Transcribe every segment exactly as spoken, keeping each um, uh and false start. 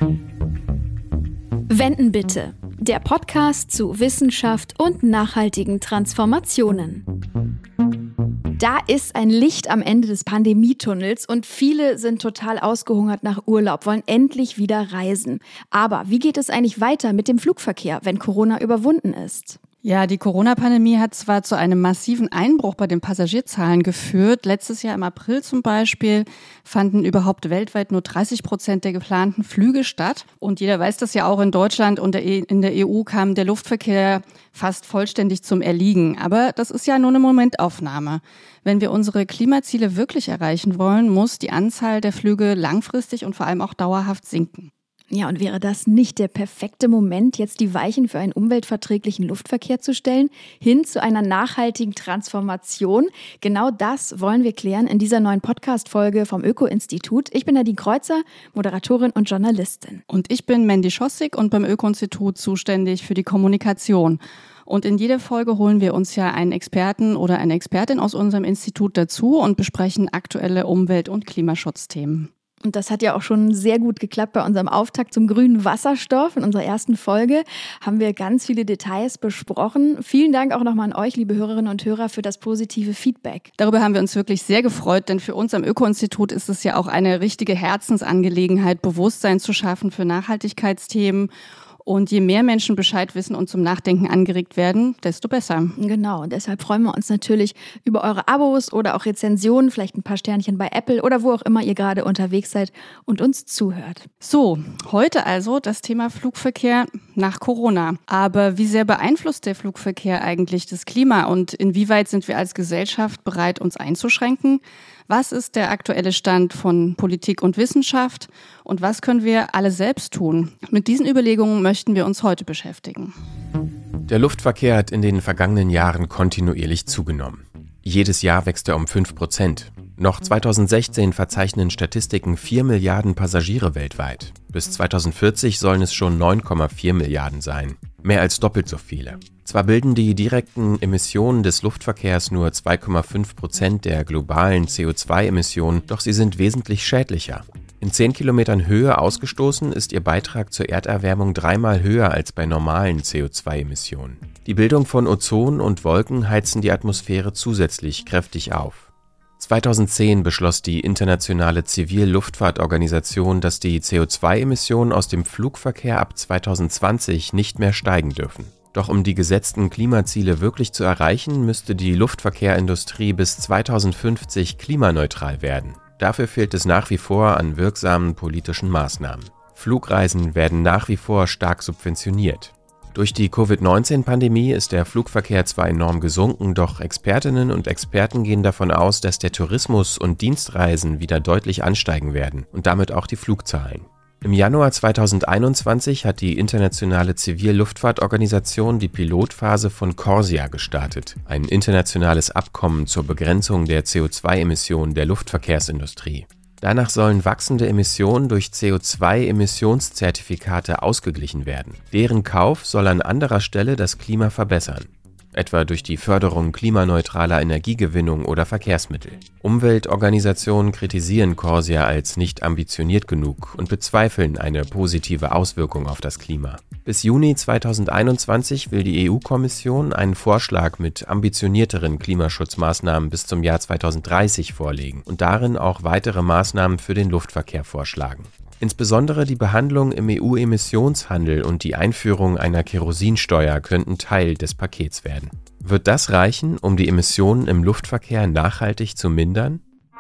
Wenden bitte. Der Podcast zu Wissenschaft und nachhaltigen Transformationen. Da ist ein Licht am Ende des Pandemietunnels und viele sind total ausgehungert nach Urlaub, wollen endlich wieder reisen. Aber wie geht es eigentlich weiter mit dem Flugverkehr, wenn Corona überwunden ist? Ja, die Corona-Pandemie hat zwar zu einem massiven Einbruch bei den Passagierzahlen geführt. Letztes Jahr im April zum Beispiel fanden überhaupt weltweit nur dreißig Prozent der geplanten Flüge statt. Und jeder weiß das ja auch, in Deutschland und in der E U kam der Luftverkehr fast vollständig zum Erliegen. Aber das ist ja nur eine Momentaufnahme. Wenn wir unsere Klimaziele wirklich erreichen wollen, muss die Anzahl der Flüge langfristig und vor allem auch dauerhaft sinken. Ja, und wäre das nicht der perfekte Moment, jetzt die Weichen für einen umweltverträglichen Luftverkehr zu stellen, hin zu einer nachhaltigen Transformation? Genau das wollen wir klären in dieser neuen Podcast-Folge vom Öko-Institut. Ich bin Nadine Kreuzer, Moderatorin und Journalistin. Und ich bin Mandy Schossig und beim Öko-Institut zuständig für die Kommunikation. Und in jeder Folge holen wir uns ja einen Experten oder eine Expertin aus unserem Institut dazu und besprechen aktuelle Umwelt- und Klimaschutzthemen. Und das hat ja auch schon sehr gut geklappt bei unserem Auftakt zum grünen Wasserstoff. In unserer ersten Folge haben wir ganz viele Details besprochen. Vielen Dank auch nochmal an euch, liebe Hörerinnen und Hörer, für das positive Feedback. Darüber haben wir uns wirklich sehr gefreut, denn für uns am Öko-Institut ist es ja auch eine richtige Herzensangelegenheit, Bewusstsein zu schaffen für Nachhaltigkeitsthemen. Und je mehr Menschen Bescheid wissen und zum Nachdenken angeregt werden, desto besser. Genau, und deshalb freuen wir uns natürlich über eure Abos oder auch Rezensionen, vielleicht ein paar Sternchen bei Apple oder wo auch immer ihr gerade unterwegs seid und uns zuhört. So, heute also das Thema Flugverkehr nach Corona. Aber wie sehr beeinflusst der Flugverkehr eigentlich das Klima und inwieweit sind wir als Gesellschaft bereit, uns einzuschränken? Was ist der aktuelle Stand von Politik und Wissenschaft und was können wir alle selbst tun? Mit diesen Überlegungen möchten wir uns heute beschäftigen. Der Luftverkehr hat in den vergangenen Jahren kontinuierlich zugenommen. Jedes Jahr wächst er um fünf Prozent. Noch zweitausendsechzehn verzeichnen Statistiken vier Milliarden Passagiere weltweit. Bis zweitausendvierzig sollen es schon neun Komma vier Milliarden sein. Mehr als doppelt so viele. Zwar bilden die direkten Emissionen des Luftverkehrs nur zwei Komma fünf Prozent der globalen C O zwei Emissionen, doch sie sind wesentlich schädlicher. In zehn Kilometern Höhe ausgestoßen ist ihr Beitrag zur Erderwärmung dreimal höher als bei normalen C O zwei Emissionen. Die Bildung von Ozon und Wolken heizen die Atmosphäre zusätzlich kräftig auf. zweitausendzehn beschloss die Internationale Zivilluftfahrtorganisation, dass die C O zwei Emissionen aus dem Flugverkehr ab zweitausendzwanzig nicht mehr steigen dürfen. Doch um die gesetzten Klimaziele wirklich zu erreichen, müsste die Luftverkehrsindustrie bis zweitausendfünfzig klimaneutral werden. Dafür fehlt es nach wie vor an wirksamen politischen Maßnahmen. Flugreisen werden nach wie vor stark subventioniert. Durch die Covid neunzehn Pandemie ist der Flugverkehr zwar enorm gesunken, doch Expertinnen und Experten gehen davon aus, dass der Tourismus und Dienstreisen wieder deutlich ansteigen werden und damit auch die Flugzahlen. Im Januar zweitausendeinundzwanzig hat die Internationale Zivilluftfahrtorganisation die Pilotphase von CORSIA gestartet, ein internationales Abkommen zur Begrenzung der C O zwei Emissionen der Luftverkehrsindustrie. Danach sollen wachsende Emissionen durch C O zwei Emissionszertifikate ausgeglichen werden. Deren Kauf soll an anderer Stelle das Klima verbessern, etwa durch die Förderung klimaneutraler Energiegewinnung oder Verkehrsmittel. Umweltorganisationen kritisieren CORSIA als nicht ambitioniert genug und bezweifeln eine positive Auswirkung auf das Klima. Bis Juni zweitausendeinundzwanzig will die E U-Kommission einen Vorschlag mit ambitionierteren Klimaschutzmaßnahmen bis zum Jahr zweitausenddreißig vorlegen und darin auch weitere Maßnahmen für den Luftverkehr vorschlagen. Insbesondere die Behandlung im E U-Emissionshandel und die Einführung einer Kerosinsteuer könnten Teil des Pakets werden. Wird das reichen, um die Emissionen im Luftverkehr nachhaltig zu mindern?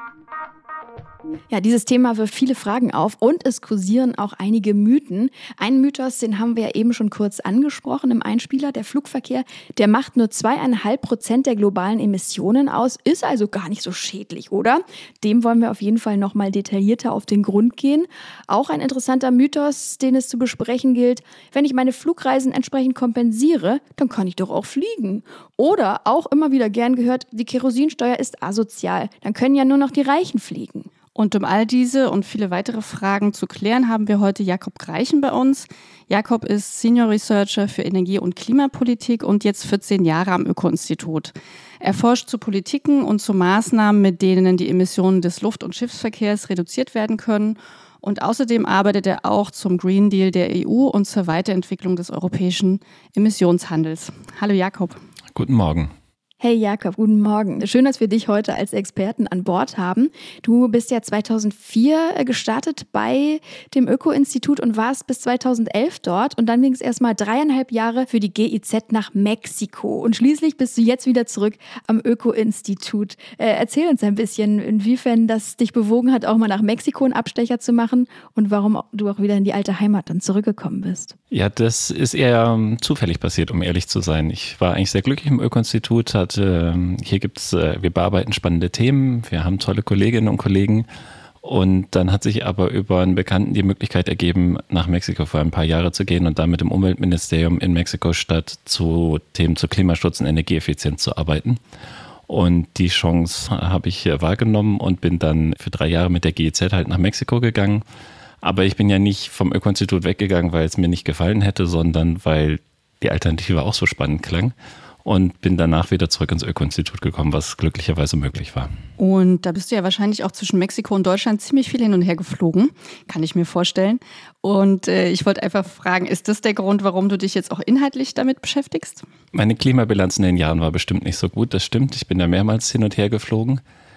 Ja, dieses Thema wirft viele Fragen auf und es kursieren auch einige Mythen. Ein Mythos, den haben wir ja eben schon kurz angesprochen im Einspieler. Der Flugverkehr, der macht nur zwei Komma fünf Prozent der globalen Emissionen aus, ist also gar nicht so schädlich, oder? Dem wollen wir auf jeden Fall nochmal detaillierter auf den Grund gehen. Auch ein interessanter Mythos, den es zu besprechen gilt: Wenn ich meine Flugreisen entsprechend kompensiere, dann kann ich doch auch fliegen. Oder auch immer wieder gern gehört, die Kerosinsteuer ist asozial, dann können ja nur noch die Reichen fliegen. Und um all diese und viele weitere Fragen zu klären, haben wir heute Jakob Greichen bei uns. Jakob ist Senior Researcher für Energie- und Klimapolitik und jetzt vierzehn Jahre am Öko-Institut. Er forscht zu Politiken und zu Maßnahmen, mit denen die Emissionen des Luft- und Schiffsverkehrs reduziert werden können. Und außerdem arbeitet er auch zum Green Deal der E U und zur Weiterentwicklung des europäischen Emissionshandels. Hallo Jakob. Guten Morgen. Hey Jakob, guten Morgen. Schön, dass wir dich heute als Experten an Bord haben. Du bist ja zweitausendvier gestartet bei dem Öko-Institut und warst bis zweitausendelf dort. Und dann ging es erstmal dreieinhalb Jahre für die G I Z nach Mexiko. Und schließlich bist du jetzt wieder zurück am Öko-Institut. Äh, erzähl uns ein bisschen, inwiefern das dich bewogen hat, auch mal nach Mexiko einen Abstecher zu machen und warum du auch wieder in die alte Heimat dann zurückgekommen bist. Ja, das ist eher zufällig passiert, um ehrlich zu sein. Ich war eigentlich sehr glücklich im Öko-Institut, hatte Hier gibt's, wir bearbeiten spannende Themen, wir haben tolle Kolleginnen und Kollegen und dann hat sich aber über einen Bekannten die Möglichkeit ergeben, nach Mexiko für ein paar Jahre zu gehen und da mit dem Umweltministerium in Mexiko-Stadt zu Themen zu Klimaschutz und Energieeffizienz zu arbeiten. Und die Chance habe ich wahrgenommen und bin dann für drei Jahre mit der G I Z halt nach Mexiko gegangen. Aber ich bin ja nicht vom Öko-Institut weggegangen, weil es mir nicht gefallen hätte, sondern weil die Alternative auch so spannend klang. Und bin danach wieder zurück ins Öko-Institut gekommen, was glücklicherweise möglich war. Und da bist du ja wahrscheinlich auch zwischen Mexiko und Deutschland ziemlich viel hin und her geflogen, kann ich mir vorstellen. Und äh, ich wollte einfach fragen, ist das der Grund, warum du dich jetzt auch inhaltlich damit beschäftigst? Meine Klimabilanz in den Jahren war bestimmt nicht so gut, das stimmt. Ich bin da mehrmals hin und her geflogen.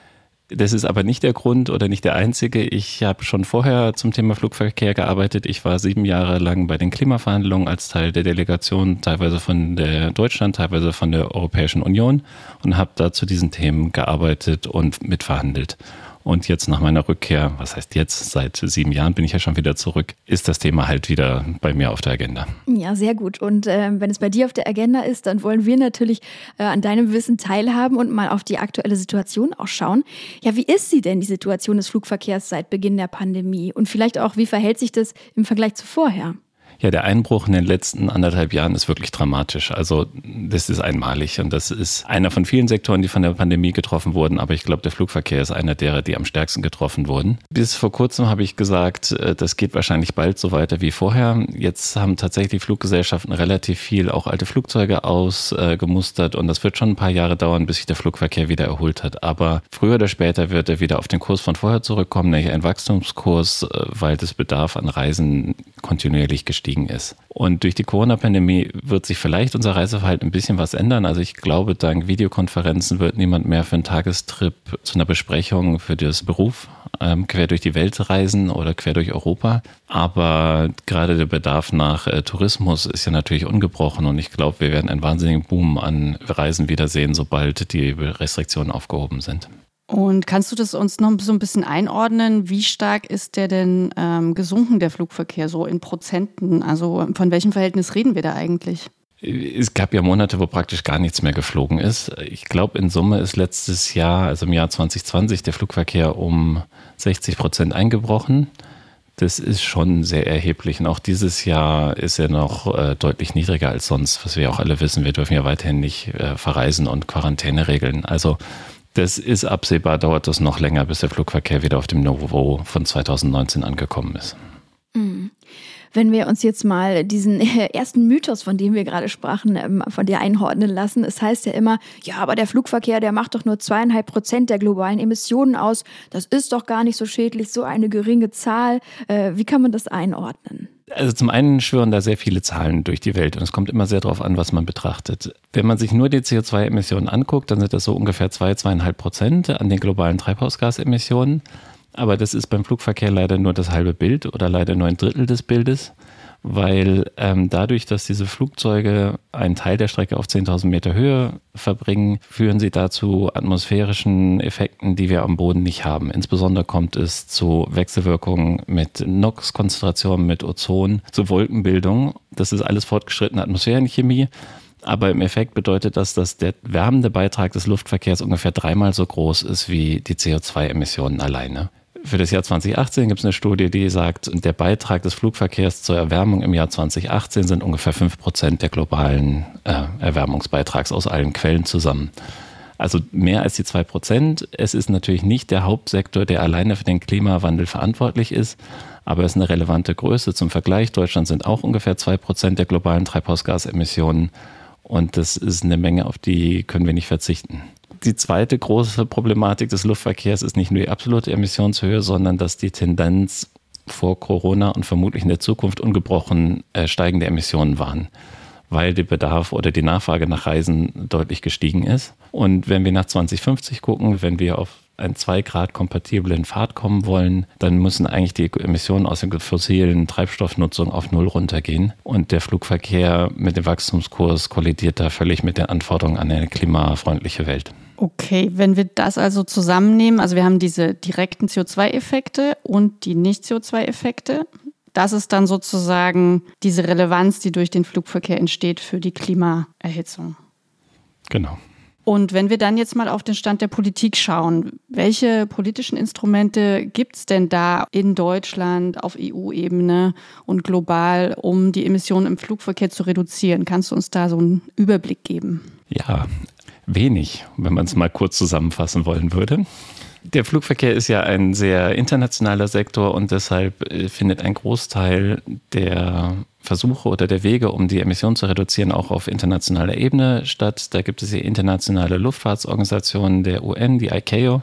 Das ist aber nicht der Grund oder nicht der einzige. Ich habe schon vorher zum Thema Flugverkehr gearbeitet. Ich war sieben Jahre lang bei den Klimaverhandlungen als Teil der Delegation, teilweise von der Deutschland, teilweise von der Europäischen Union und habe da zu diesen Themen gearbeitet und mitverhandelt. Und jetzt nach meiner Rückkehr, was heißt jetzt, seit sieben Jahren bin ich ja schon wieder zurück, ist das Thema halt wieder bei mir auf der Agenda. Ja, sehr gut. Und äh, wenn es bei dir auf der Agenda ist, dann wollen wir natürlich äh, an deinem Wissen teilhaben und mal auf die aktuelle Situation auch schauen. Ja, wie ist sie denn, die Situation des Flugverkehrs seit Beginn der Pandemie? Und vielleicht auch, wie verhält sich das im Vergleich zu vorher? Ja, der Einbruch in den letzten anderthalb Jahren ist wirklich dramatisch. Also das ist einmalig und das ist einer von vielen Sektoren, die von der Pandemie getroffen wurden. Aber ich glaube, der Flugverkehr ist einer derer, die am stärksten getroffen wurden. Bis vor kurzem habe ich gesagt, das geht wahrscheinlich bald so weiter wie vorher. Jetzt haben tatsächlich Fluggesellschaften relativ viel auch alte Flugzeuge ausgemustert und das wird schon ein paar Jahre dauern, bis sich der Flugverkehr wieder erholt hat. Aber früher oder später wird er wieder auf den Kurs von vorher zurückkommen, nämlich ein Wachstumskurs, weil das Bedarf an Reisen kontinuierlich gestiegen ist. Und durch die Corona-Pandemie wird sich vielleicht unser Reiseverhalten ein bisschen was ändern. Also ich glaube, dank Videokonferenzen wird niemand mehr für einen Tagestrip zu einer Besprechung für das Beruf ähm, quer durch die Welt reisen oder quer durch Europa. Aber gerade der Bedarf nach äh, Tourismus ist ja natürlich ungebrochen und ich glaube, wir werden einen wahnsinnigen Boom an Reisen wiedersehen, sobald die Restriktionen aufgehoben sind. Und kannst du das uns noch so ein bisschen einordnen? Wie stark ist der denn ähm, gesunken, der Flugverkehr, so in Prozenten? Also von welchem Verhältnis reden wir da eigentlich? Es gab ja Monate, wo praktisch gar nichts mehr geflogen ist. Ich glaube, in Summe ist letztes Jahr, also im Jahr zwanzig zwanzig, der Flugverkehr um sechzig Prozent eingebrochen. Das ist schon sehr erheblich. Und auch dieses Jahr ist er noch äh, deutlich niedriger als sonst, was wir auch alle wissen. Wir dürfen ja weiterhin nicht äh, verreisen und Quarantäne regeln. Also das ist absehbar, dauert das noch länger, bis der Flugverkehr wieder auf dem Niveau von zweitausendneunzehn angekommen ist. Mhm. Wenn wir uns jetzt mal diesen ersten Mythos, von dem wir gerade sprachen, von dir einordnen lassen. Es heißt ja immer, ja, aber der Flugverkehr, der macht doch nur zweieinhalb Prozent der globalen Emissionen aus. Das ist doch gar nicht so schädlich, so eine geringe Zahl. Wie kann man das einordnen? Also zum einen schwirren da sehr viele Zahlen durch die Welt und es kommt immer sehr darauf an, was man betrachtet. Wenn man sich nur die C O zwei Emissionen anguckt, dann sind das so ungefähr zwei, zweieinhalb Prozent an den globalen Treibhausgasemissionen. Aber das ist beim Flugverkehr leider nur das halbe Bild oder leider nur ein Drittel des Bildes, weil ähm, dadurch, dass diese Flugzeuge einen Teil der Strecke auf zehntausend Meter Höhe verbringen, führen sie dazu atmosphärischen Effekten, die wir am Boden nicht haben. Insbesondere kommt es zu Wechselwirkungen mit NOx-Konzentrationen, mit Ozon, zu Wolkenbildung. Das ist alles fortgeschrittene Atmosphärenchemie. Aber im Effekt bedeutet das, dass der wärmende Beitrag des Luftverkehrs ungefähr dreimal so groß ist wie die C O zwei Emissionen alleine. Für das Jahr zwanzig achtzehn gibt es eine Studie, die sagt, der Beitrag des Flugverkehrs zur Erwärmung im Jahr zwanzig achtzehn sind ungefähr fünf Prozent der globalen äh, Erwärmungsbeitrags aus allen Quellen zusammen. Also mehr als die zwei Prozent. Es ist natürlich nicht der Hauptsektor, der alleine für den Klimawandel verantwortlich ist, aber es ist eine relevante Größe. Zum Vergleich, Deutschland sind auch ungefähr zwei Prozent der globalen Treibhausgasemissionen und das ist eine Menge, auf die können wir nicht verzichten. Die zweite große Problematik des Luftverkehrs ist nicht nur die absolute Emissionshöhe, sondern dass die Tendenz vor Corona und vermutlich in der Zukunft ungebrochen äh, steigende Emissionen waren, weil der Bedarf oder die Nachfrage nach Reisen deutlich gestiegen ist. Und wenn wir nach zwanzig fünfzig gucken, wenn wir auf einen zwei Grad kompatiblen Pfad kommen wollen, dann müssen eigentlich die Emissionen aus der fossilen Treibstoffnutzung auf Null runtergehen. Und der Flugverkehr mit dem Wachstumskurs kollidiert da völlig mit den Anforderungen an eine klimafreundliche Welt. Okay, wenn wir das also zusammennehmen, also wir haben diese direkten C O zwei Effekte und die Nicht-C O zwei Effekte. Das ist dann sozusagen diese Relevanz, die durch den Flugverkehr entsteht für die Klimaerhitzung. Genau. Und wenn wir dann jetzt mal auf den Stand der Politik schauen, welche politischen Instrumente gibt es denn da in Deutschland auf E U-Ebene und global, um die Emissionen im Flugverkehr zu reduzieren? Kannst du uns da so einen Überblick geben? Ja, wenig, wenn man es mal kurz zusammenfassen wollen würde. Der Flugverkehr ist ja ein sehr internationaler Sektor und deshalb findet ein Großteil der Versuche oder der Wege, um die Emissionen zu reduzieren, auch auf internationaler Ebene statt. Da gibt es die internationale Luftfahrtsorganisation der U N, die I C A O,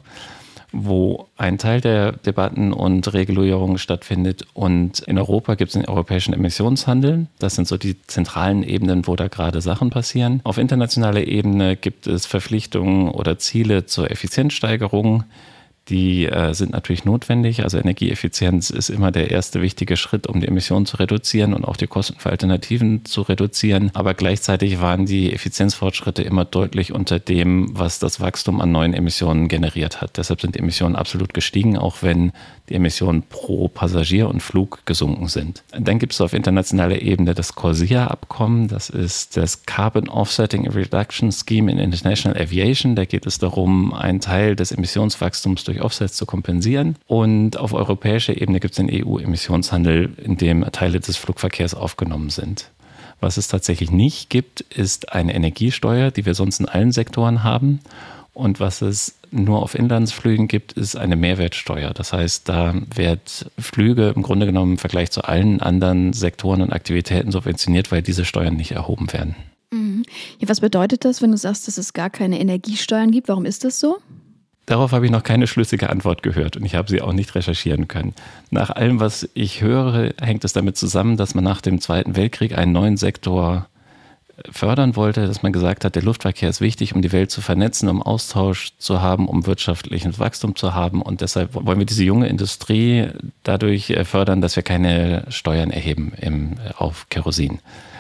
wo ein Teil der Debatten und Regulierungen stattfindet. Und in Europa gibt es den europäischen Emissionshandel. Das sind so die zentralen Ebenen, wo da gerade Sachen passieren. Auf internationaler Ebene gibt es Verpflichtungen oder Ziele zur Effizienzsteigerung. Die äh, sind natürlich notwendig. Also Energieeffizienz ist immer der erste wichtige Schritt, um die Emissionen zu reduzieren und auch die Kosten für Alternativen zu reduzieren. Aber gleichzeitig waren die Effizienzfortschritte immer deutlich unter dem, was das Wachstum an neuen Emissionen generiert hat. Deshalb sind die Emissionen absolut gestiegen, auch wenn die Emissionen pro Passagier und Flug gesunken sind. Dann gibt es auf internationaler Ebene das CORSIA-Abkommen. Das ist das Carbon Offsetting Reduction Scheme in International Aviation. Da geht es darum, einen Teil des Emissionswachstums durch Offsets zu kompensieren. Und auf europäischer Ebene gibt es den E U-Emissionshandel, in dem Teile des Flugverkehrs aufgenommen sind. Was es tatsächlich nicht gibt, ist eine Energiesteuer, die wir sonst in allen Sektoren haben. Und was es nur auf Inlandsflügen gibt, ist eine Mehrwertsteuer. Das heißt, da wird Flüge im Grunde genommen im Vergleich zu allen anderen Sektoren und Aktivitäten subventioniert, weil diese Steuern nicht erhoben werden. Mhm. Ja, was bedeutet das, wenn du sagst, dass es gar keine Energiesteuern gibt? Warum ist das so? Darauf habe ich noch keine schlüssige Antwort gehört und ich habe sie auch nicht recherchieren können. Nach allem, was ich höre, hängt es damit zusammen, dass man nach dem Zweiten Weltkrieg einen neuen Sektor fördern wollte, dass man gesagt hat, der Luftverkehr ist wichtig, um die Welt zu vernetzen, um Austausch zu haben, um wirtschaftliches Wachstum zu haben. Und deshalb wollen wir diese junge Industrie dadurch fördern, dass wir keine Steuern erheben im, auf Kerosin.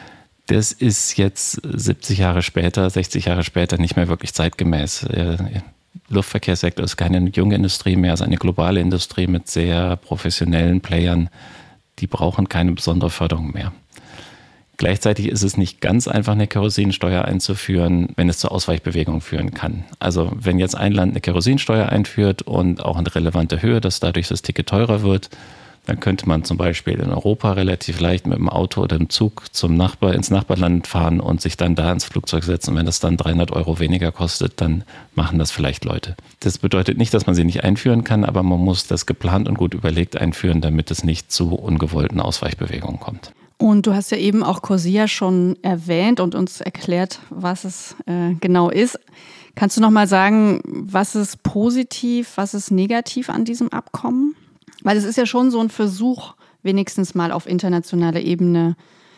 Das ist jetzt siebzig Jahre später, sechzig Jahre später nicht mehr wirklich zeitgemäß. Luftverkehrssektor ist keine junge Industrie mehr, es ist eine globale Industrie mit sehr professionellen Playern. Die brauchen keine besondere Förderung mehr. Gleichzeitig ist es nicht ganz einfach, eine Kerosinsteuer einzuführen, wenn es zur Ausweichbewegung führen kann. Also wenn jetzt ein Land eine Kerosinsteuer einführt und auch in relevanter Höhe, dass dadurch das Ticket teurer wird, dann könnte man zum Beispiel in Europa relativ leicht mit dem Auto oder dem Zug zum Nachbar, ins Nachbarland fahren und sich dann da ins Flugzeug setzen. Und wenn das dann dreihundert Euro weniger kostet, dann machen das vielleicht Leute. Das bedeutet nicht, dass man sie nicht einführen kann, aber man muss das geplant und gut überlegt einführen, damit es nicht zu ungewollten Ausweichbewegungen kommt. Und du hast ja eben auch CORSIA schon erwähnt und uns erklärt, was es äh, genau ist. Kannst du noch mal sagen, was ist positiv, was ist negativ an diesem Abkommen? Weil es ist ja schon so ein Versuch, wenigstens mal auf internationaler Ebene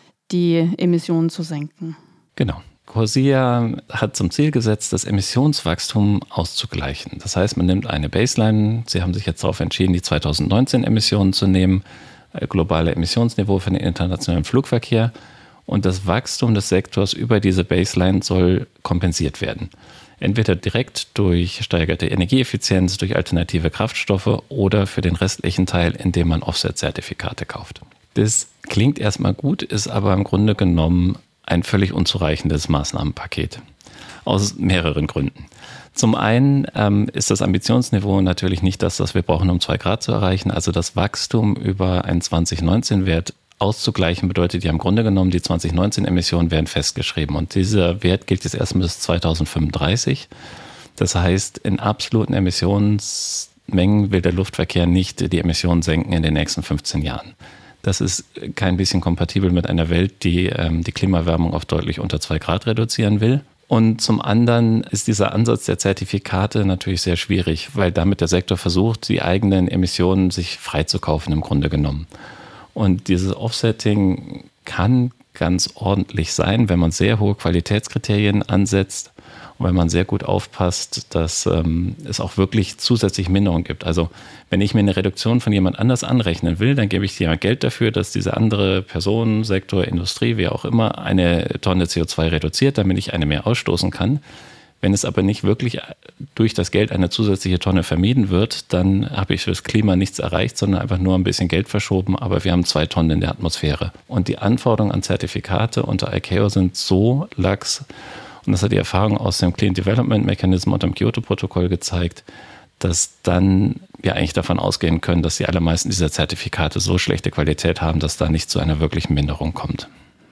die Emissionen zu senken. Genau. CORSIA hat zum Ziel gesetzt, das Emissionswachstum auszugleichen. Das heißt, man nimmt eine Baseline. Sie haben sich jetzt darauf entschieden, die zweitausendneunzehn Emissionen zu nehmen, globale Emissionsniveau für den internationalen Flugverkehr. Und das Wachstum des Sektors über diese Baseline soll kompensiert werden. Entweder direkt durch steigerte Energieeffizienz, durch alternative Kraftstoffe oder für den restlichen Teil, indem man Offset-Zertifikate kauft. Das klingt erstmal gut, ist aber im Grunde genommen ein völlig unzureichendes Maßnahmenpaket. Aus mehreren Gründen. Zum einen ähm, ist das Ambitionsniveau natürlich nicht das, was wir brauchen, um zwei Grad zu erreichen. Also das Wachstum über einen zwanzig neunzehn-Wert auszugleichen bedeutet ja im Grunde genommen, die zwanzig neunzehn-Emissionen werden festgeschrieben. Und dieser Wert gilt jetzt erst bis zweitausendfünfunddreißig. Das heißt, in absoluten Emissionsmengen will der Luftverkehr nicht die Emissionen senken in den nächsten fünfzehn Jahren. Das ist kein bisschen kompatibel mit einer Welt, die ähm, die Klimaerwärmung auf deutlich unter zwei Grad reduzieren will. Und zum anderen ist dieser Ansatz der Zertifikate natürlich sehr schwierig, weil damit der Sektor versucht, die eigenen Emissionen sich freizukaufen im Grunde genommen. Und dieses Offsetting kann ganz ordentlich sein, wenn man sehr hohe Qualitätskriterien ansetzt und wenn man sehr gut aufpasst, dass ähm, es auch wirklich zusätzlich Minderung gibt. Also wenn ich mir eine Reduktion von jemand anders anrechnen will, dann gebe ich dir Geld dafür, dass diese andere Person, Sektor, Industrie, wie auch immer, eine Tonne C O zwei reduziert, damit ich eine mehr ausstoßen kann. Wenn es aber nicht wirklich durch das Geld eine zusätzliche Tonne vermieden wird, dann habe ich für das Klima nichts erreicht, sondern einfach nur ein bisschen Geld verschoben, aber wir haben zwei Tonnen in der Atmosphäre. Und die Anforderungen an Zertifikate unter I C A O sind so lax, und das hat die Erfahrung aus dem Clean Development Mechanism und dem Kyoto-Protokoll gezeigt, dass dann wir eigentlich davon ausgehen können, dass die allermeisten dieser Zertifikate so schlechte Qualität haben, dass da nicht zu einer wirklichen Minderung kommt.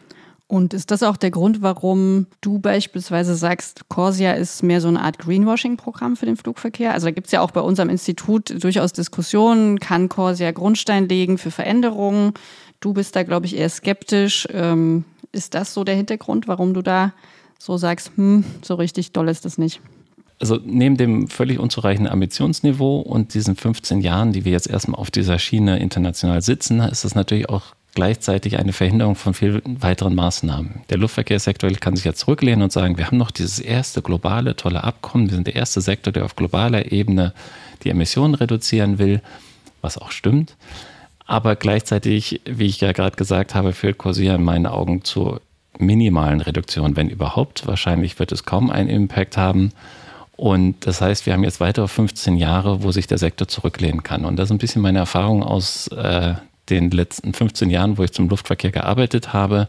Und ist das auch der Grund, warum du beispielsweise sagst, CORSIA ist mehr so eine Art Greenwashing-Programm für den Flugverkehr? Also da gibt es ja auch bei unserem Institut durchaus Diskussionen, kann CORSIA Grundstein legen für Veränderungen? Du bist da, glaube ich, eher skeptisch. Ähm, ist das so der Hintergrund, warum du da so sagst, hm, so richtig doll ist das nicht? Also neben dem völlig unzureichenden Ambitionsniveau und diesen fünfzehn Jahren, die wir jetzt erstmal auf dieser Schiene international sitzen, ist das natürlich auch gleichzeitig eine Verhinderung von vielen weiteren Maßnahmen. Der Luftverkehrssektor kann sich jetzt zurücklehnen und sagen, wir haben noch dieses erste globale, tolle Abkommen, wir sind der erste Sektor, der auf globaler Ebene die Emissionen reduzieren will, was auch stimmt. Aber gleichzeitig, wie ich ja gerade gesagt habe, führt CORSIA in meinen Augen zu minimalen Reduktionen, wenn überhaupt. Wahrscheinlich wird es kaum einen Impact haben. Und das heißt, wir haben jetzt weitere fünfzehn Jahre, wo sich der Sektor zurücklehnen kann. Und das ist ein bisschen meine Erfahrung aus äh, den letzten fünfzehn Jahren, wo ich zum Luftverkehr gearbeitet habe,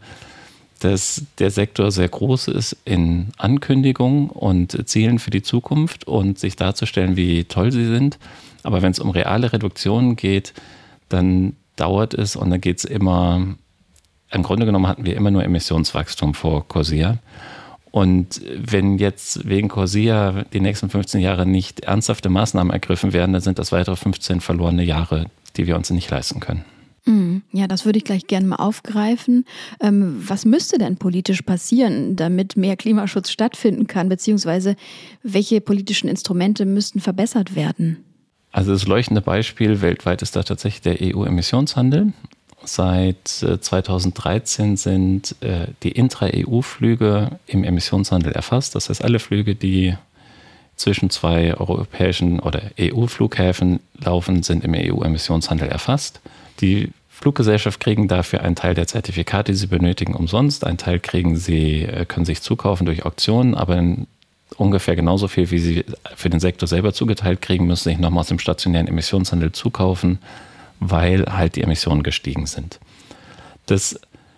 dass der Sektor sehr groß ist in Ankündigungen und Zielen für die Zukunft und sich darzustellen, wie toll sie sind. Aber wenn es um reale Reduktionen geht, dann dauert es und dann geht es immer, im Grunde genommen hatten wir immer nur Emissionswachstum vor CORSIA. Und wenn jetzt wegen CORSIA die nächsten fünfzehn Jahre nicht ernsthafte Maßnahmen ergriffen werden, dann sind das weitere fünfzehn verlorene Jahre, die wir uns nicht leisten können. Ja, das würde ich gleich gerne mal aufgreifen. Was müsste denn politisch passieren, damit mehr Klimaschutz stattfinden kann, beziehungsweise welche politischen Instrumente müssten verbessert werden? Also das leuchtende Beispiel weltweit ist da tatsächlich der E U-Emissionshandel. Seit zweitausenddreizehn sind die Intra-E U-Flüge im Emissionshandel erfasst. Das heißt, alle Flüge, die zwischen zwei europäischen oder E U-Flughäfen laufen, sind im E U-Emissionshandel erfasst. Die Fluggesellschaft kriegen dafür einen Teil der Zertifikate, die sie benötigen, umsonst. Einen Teil kriegen sie, können sich zukaufen durch Auktionen, aber ungefähr genauso viel, wie sie für den Sektor selber zugeteilt kriegen, müssen sich nochmal aus dem stationären Emissionshandel zukaufen, weil halt die Emissionen gestiegen sind. Das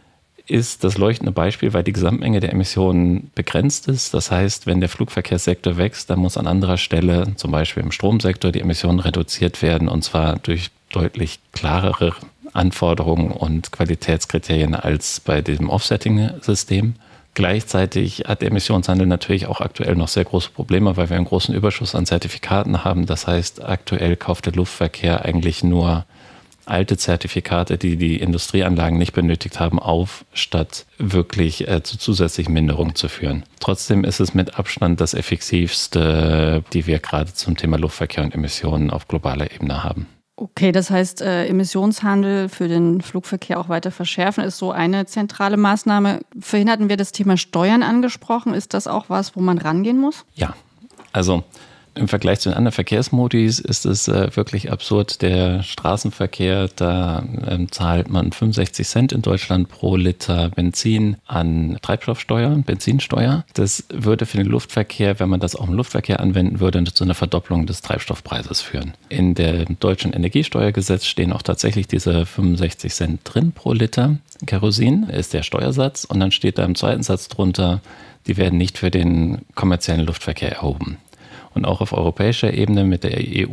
ist das leuchtende Beispiel, weil die Gesamtmenge der Emissionen begrenzt ist. Das heißt, wenn der Flugverkehrssektor wächst, dann muss an anderer Stelle, zum Beispiel im Stromsektor, die Emissionen reduziert werden, und zwar durch deutlich klarere Anforderungen und Qualitätskriterien als bei dem Offsetting-System. Gleichzeitig hat der Emissionshandel natürlich auch aktuell noch sehr große Probleme, weil wir einen großen Überschuss an Zertifikaten haben. Das heißt, aktuell kauft der Luftverkehr eigentlich nur alte Zertifikate, die die Industrieanlagen nicht benötigt haben, auf, statt wirklich äh, zu zusätzlichen Minderungen zu führen. Trotzdem ist es mit Abstand das effektivste, die wir gerade zum Thema Luftverkehr und Emissionen auf globaler Ebene haben. Okay, das heißt, äh, Emissionshandel für den Flugverkehr auch weiter verschärfen ist so eine zentrale Maßnahme. Vorhin hatten wir das Thema Steuern angesprochen. Ist das auch was, wo man rangehen muss? Ja, also im Vergleich zu den anderen Verkehrsmodis ist es äh, wirklich absurd. Der Straßenverkehr, da ähm, zahlt man fünfundsechzig Cent in Deutschland pro Liter Benzin an Treibstoffsteuer, Benzinsteuer. Das würde für den Luftverkehr, wenn man das auch im Luftverkehr anwenden würde, zu einer Verdopplung des Treibstoffpreises führen. In dem deutschen Energiesteuergesetz stehen auch tatsächlich diese fünfundsechzig Cent drin pro Liter. Kerosin ist der Steuersatz und dann steht da im zweiten Satz drunter, die werden nicht für den kommerziellen Luftverkehr erhoben. Und auch auf europäischer Ebene mit der E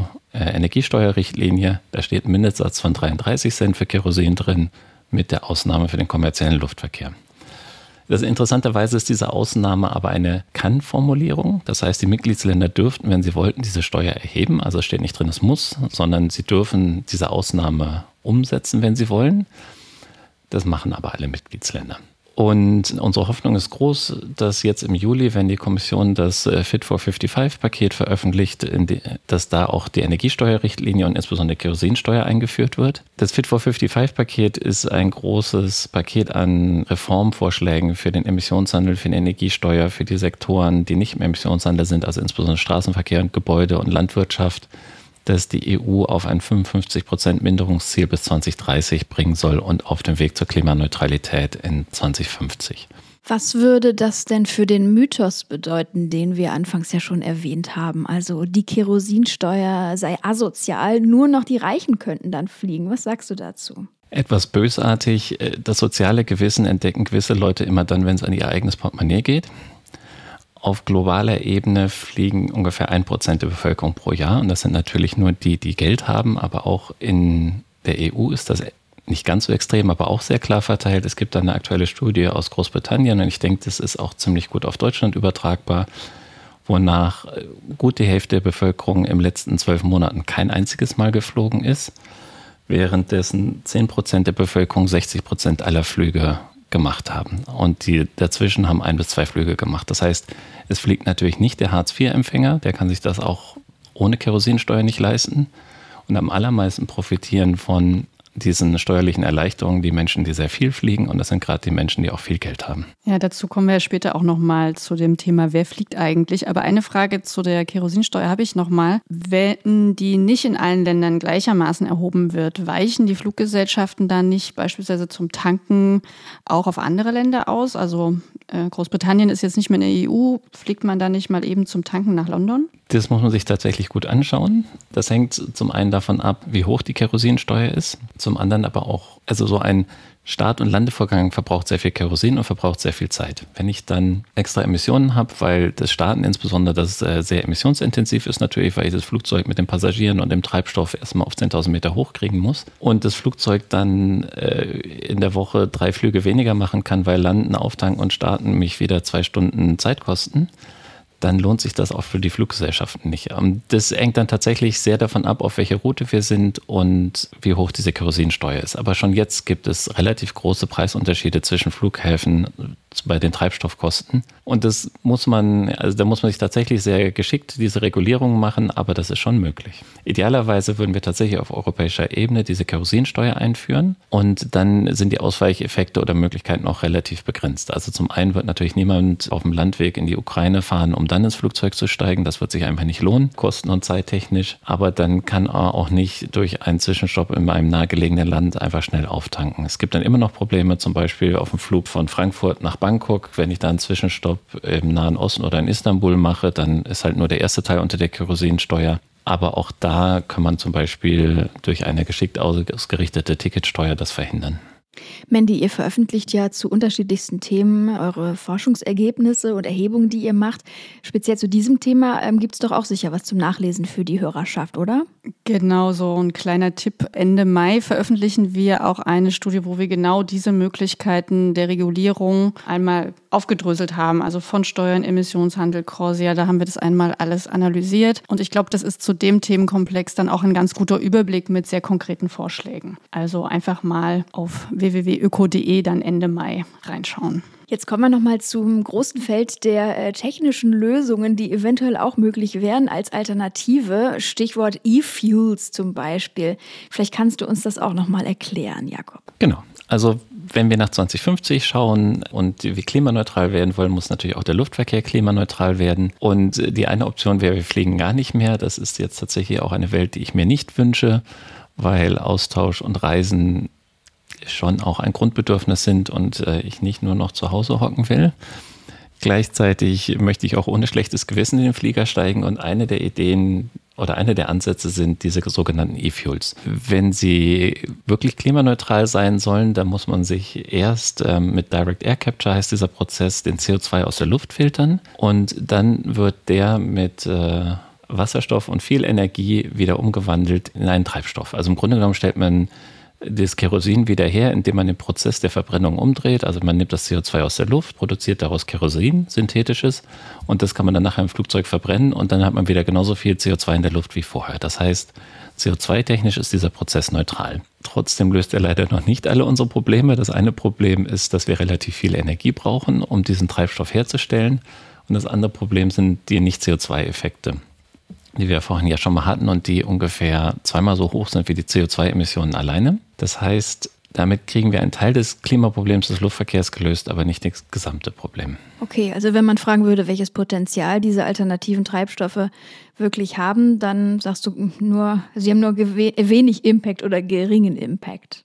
U-Energiesteuerrichtlinie, da steht ein Mindestsatz von dreiunddreißig Cent für Kerosin drin, mit der Ausnahme für den kommerziellen Luftverkehr. Das interessanterweise ist diese Ausnahme aber eine Kann-Formulierung. Das heißt, die Mitgliedsländer dürften, wenn sie wollten, diese Steuer erheben. Also es steht nicht drin, es muss, sondern sie dürfen diese Ausnahme umsetzen, wenn sie wollen. Das machen aber alle Mitgliedsländer. Und unsere Hoffnung ist groß, dass jetzt im Juli, wenn die Kommission das Fit for fünfundfünfzig-Paket veröffentlicht, in die, dass da auch die Energiesteuerrichtlinie und insbesondere die Kerosinsteuer eingeführt wird. Das Fit for fünfundfünfzig-Paket ist ein großes Paket an Reformvorschlägen für den Emissionshandel, für die Energiesteuer, für die Sektoren, die nicht im Emissionshandel sind, also insbesondere Straßenverkehr und Gebäude und Landwirtschaft, dass die E U auf ein fünfundfünfzig Prozent Minderungsziel bis zwanzig dreißig bringen soll und auf dem Weg zur Klimaneutralität in zwanzig fünfzig. Was würde das denn für den Mythos bedeuten, den wir anfangs ja schon erwähnt haben? Also die Kerosinsteuer sei asozial, nur noch die Reichen könnten dann fliegen. Was sagst du dazu? Etwas bösartig, das soziale Gewissen entdecken gewisse Leute immer dann, wenn es an ihr eigenes Portemonnaie geht. Auf globaler Ebene fliegen ungefähr ein Prozent der Bevölkerung pro Jahr. Und das sind natürlich nur die, die Geld haben. Aber auch in der E U ist das nicht ganz so extrem, aber auch sehr klar verteilt. Es gibt da eine aktuelle Studie aus Großbritannien. Und ich denke, das ist auch ziemlich gut auf Deutschland übertragbar, wonach gut die Hälfte der Bevölkerung im letzten zwölf Monaten kein einziges Mal geflogen ist, währenddessen zehn Prozent der Bevölkerung sechzig Prozent aller Flüge gemacht haben. Und die dazwischen haben ein bis zwei Flüge gemacht. Das heißt, es fliegt natürlich nicht der Hartz vier Empfänger, der kann sich das auch ohne Kerosinsteuer nicht leisten. Und am allermeisten profitieren von diesen steuerlichen Erleichterungen die Menschen, die sehr viel fliegen. Und das sind gerade die Menschen, die auch viel Geld haben. Ja, dazu kommen wir ja später auch nochmal zu dem Thema, wer fliegt eigentlich. Aber eine Frage zu der Kerosinsteuer habe ich nochmal. Wenn die nicht in allen Ländern gleichermaßen erhoben wird, weichen die Fluggesellschaften dann nicht beispielsweise zum Tanken auch auf andere Länder aus? Also äh, Großbritannien ist jetzt nicht mehr in der E U. Fliegt man da nicht mal eben zum Tanken nach London? Das muss man sich tatsächlich gut anschauen. Das hängt zum einen davon ab, wie hoch die Kerosinsteuer ist. Zum anderen aber auch, also so ein Start- und Landevorgang verbraucht sehr viel Kerosin und verbraucht sehr viel Zeit. Wenn ich dann extra Emissionen habe, weil das Starten insbesondere das sehr emissionsintensiv ist natürlich, weil ich das Flugzeug mit den Passagieren und dem Treibstoff erstmal auf zehntausend Meter hochkriegen muss und das Flugzeug dann äh, in der Woche drei Flüge weniger machen kann, weil Landen, Auftanken und Starten mich wieder zwei Stunden Zeit kosten, dann lohnt sich das auch für die Fluggesellschaften nicht. Das hängt dann tatsächlich sehr davon ab, auf welche Route wir sind und wie hoch diese Kerosinsteuer ist. Aber schon jetzt gibt es relativ große Preisunterschiede zwischen Flughäfen bei den Treibstoffkosten. Und das muss man, also da muss man sich tatsächlich sehr geschickt diese Regulierungen machen, aber das ist schon möglich. Idealerweise würden wir tatsächlich auf europäischer Ebene diese Kerosinsteuer einführen und dann sind die Ausweicheffekte oder Möglichkeiten auch relativ begrenzt. Also zum einen wird natürlich niemand auf dem Landweg in die Ukraine fahren, um dann ins Flugzeug zu steigen. Das wird sich einfach nicht lohnen, kosten- und zeittechnisch. Aber dann kann er auch nicht durch einen Zwischenstopp in einem nahegelegenen Land einfach schnell auftanken. Es gibt dann immer noch Probleme, zum Beispiel auf dem Flug von Frankfurt nach Bangkok. Wenn ich da einen Zwischenstopp im Nahen Osten oder in Istanbul mache, dann ist halt nur der erste Teil unter der Kerosinsteuer. Aber auch da kann man zum Beispiel durch eine geschickt ausgerichtete Ticketsteuer das verhindern. Mandy, ihr veröffentlicht ja zu unterschiedlichsten Themen eure Forschungsergebnisse und Erhebungen, die ihr macht. Speziell zu diesem Thema ähm, gibt es doch auch sicher was zum Nachlesen für die Hörerschaft, oder? Genau, so ein kleiner Tipp. Ende Mai veröffentlichen wir auch eine Studie, wo wir genau diese Möglichkeiten der Regulierung einmal aufgedröselt haben. Also von Steuern, Emissionshandel, CORSIA, da haben wir das einmal alles analysiert. Und ich glaube, das ist zu dem Themenkomplex dann auch ein ganz guter Überblick mit sehr konkreten Vorschlägen. Also einfach mal auf w w w punkt öko punkt de dann Ende Mai reinschauen. Jetzt kommen wir nochmal zum großen Feld der äh, technischen Lösungen, die eventuell auch möglich wären als Alternative. Stichwort E-Fuels zum Beispiel. Vielleicht kannst du uns das auch nochmal erklären, Jakob. Genau. Also wenn wir nach zwanzig fünfzig schauen und wir klimaneutral werden wollen, muss natürlich auch der Luftverkehr klimaneutral werden. Und die eine Option wäre, wir fliegen gar nicht mehr. Das ist jetzt tatsächlich auch eine Welt, die ich mir nicht wünsche, weil Austausch und Reisen schon auch ein Grundbedürfnis sind und äh, ich nicht nur noch zu Hause hocken will. Gleichzeitig möchte ich auch ohne schlechtes Gewissen in den Flieger steigen und eine der Ideen oder eine der Ansätze sind diese sogenannten E-Fuels. Wenn sie wirklich klimaneutral sein sollen, dann muss man sich erst ähm, mit Direct Air Capture, heißt dieser Prozess, den C O zwei aus der Luft filtern und dann wird der mit äh, Wasserstoff und viel Energie wieder umgewandelt in einen Treibstoff. Also im Grunde genommen stellt man das Kerosin wieder her, indem man den Prozess der Verbrennung umdreht. Also man nimmt das C O zwei aus der Luft, produziert daraus Kerosin, synthetisches, und das kann man dann nachher im Flugzeug verbrennen und dann hat man wieder genauso viel C O zwei in der Luft wie vorher. Das heißt, C O zwei technisch ist dieser Prozess neutral. Trotzdem löst er leider noch nicht alle unsere Probleme. Das eine Problem ist, dass wir relativ viel Energie brauchen, um diesen Treibstoff herzustellen. Und das andere Problem sind die Nicht-C O zwei Effekte, die wir vorhin ja schon mal hatten und die ungefähr zweimal so hoch sind wie die C O zwei Emissionen alleine. Das heißt, damit kriegen wir einen Teil des Klimaproblems des Luftverkehrs gelöst, aber nicht das gesamte Problem. Okay, also wenn man fragen würde, welches Potenzial diese alternativen Treibstoffe wirklich haben, dann sagst du nur, sie haben nur gewe- wenig Impact oder geringen Impact.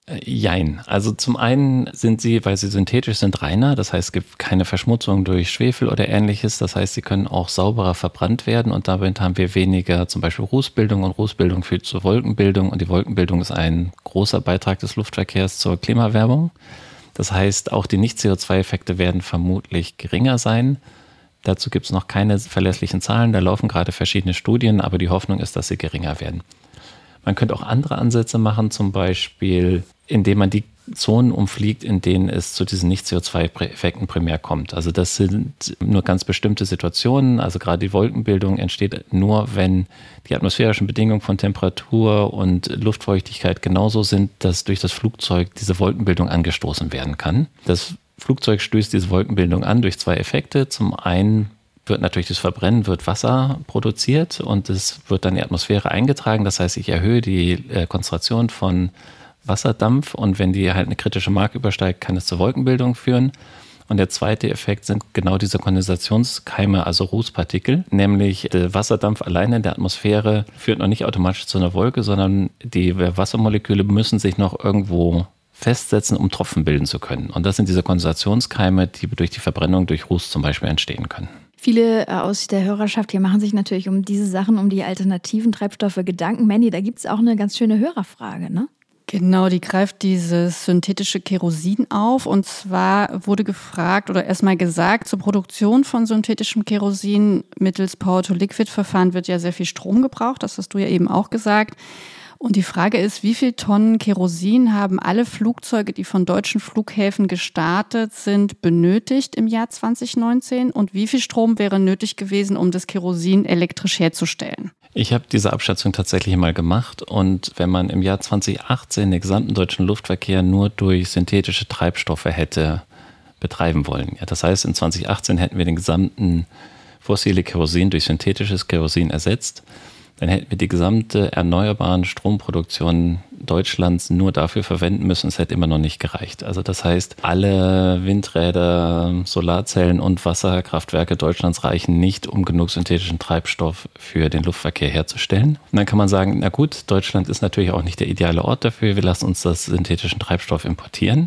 Jein. Also zum einen sind sie, weil sie synthetisch sind, reiner. Das heißt, es gibt keine Verschmutzung durch Schwefel oder ähnliches. Das heißt, sie können auch sauberer verbrannt werden und damit haben wir weniger zum Beispiel Rußbildung und Rußbildung führt zur Wolkenbildung und die Wolkenbildung ist ein großer Beitrag des Luftverkehrs zur Klimaerwärmung. Das heißt, auch die Nicht-C O zwei Effekte werden vermutlich geringer sein. Dazu gibt es noch keine verlässlichen Zahlen. Da laufen gerade verschiedene Studien, aber die Hoffnung ist, dass sie geringer werden. Man könnte auch andere Ansätze machen, zum Beispiel, indem man die Zonen umfliegt, in denen es zu diesen Nicht-C O zwei Effekten primär kommt. Also das sind nur ganz bestimmte Situationen. Also gerade die Wolkenbildung entsteht nur, wenn die atmosphärischen Bedingungen von Temperatur und Luftfeuchtigkeit genauso sind, dass durch das Flugzeug diese Wolkenbildung angestoßen werden kann. Das Flugzeug stößt diese Wolkenbildung an durch zwei Effekte. Zum einen wird natürlich das Verbrennen, wird Wasser produziert und es wird dann in die Atmosphäre eingetragen. Das heißt, ich erhöhe die äh, Konzentration von Wasserdampf und wenn die halt eine kritische Marke übersteigt, kann es zur Wolkenbildung führen. Und der zweite Effekt sind genau diese Kondensationskeime, also Rußpartikel, nämlich der Wasserdampf alleine in der Atmosphäre führt noch nicht automatisch zu einer Wolke, sondern die Wassermoleküle müssen sich noch irgendwo festsetzen, um Tropfen bilden zu können. Und das sind diese Kondensationskeime, die durch die Verbrennung durch Ruß zum Beispiel entstehen können. Viele aus der Hörerschaft hier machen sich natürlich um diese Sachen, um die alternativen Treibstoffe Gedanken. Mandy, da gibt es auch eine ganz schöne Hörerfrage, ne? Genau, die greift dieses synthetische Kerosin auf. Und zwar wurde gefragt oder erstmal gesagt, zur Produktion von synthetischem Kerosin mittels Power-to-Liquid-Verfahren wird ja sehr viel Strom gebraucht. Das hast du ja eben auch gesagt. Und die Frage ist, wie viel Tonnen Kerosin haben alle Flugzeuge, die von deutschen Flughäfen gestartet sind, benötigt im Jahr zwanzig neunzehn? Und wie viel Strom wäre nötig gewesen, um das Kerosin elektrisch herzustellen? Ich habe diese Abschätzung tatsächlich mal gemacht und wenn man im Jahr zwanzig achtzehn den gesamten deutschen Luftverkehr nur durch synthetische Treibstoffe hätte betreiben wollen, ja, das heißt in zwanzig achtzehn hätten wir den gesamten fossile Kerosin durch synthetisches Kerosin ersetzt, dann hätten wir die gesamte erneuerbaren Stromproduktion Deutschlands nur dafür verwenden müssen. Es hätte immer noch nicht gereicht. Also das heißt, alle Windräder, Solarzellen und Wasserkraftwerke Deutschlands reichen nicht, um genug synthetischen Treibstoff für den Luftverkehr herzustellen. Und dann kann man sagen, na gut, Deutschland ist natürlich auch nicht der ideale Ort dafür. Wir lassen uns das synthetischen Treibstoff importieren.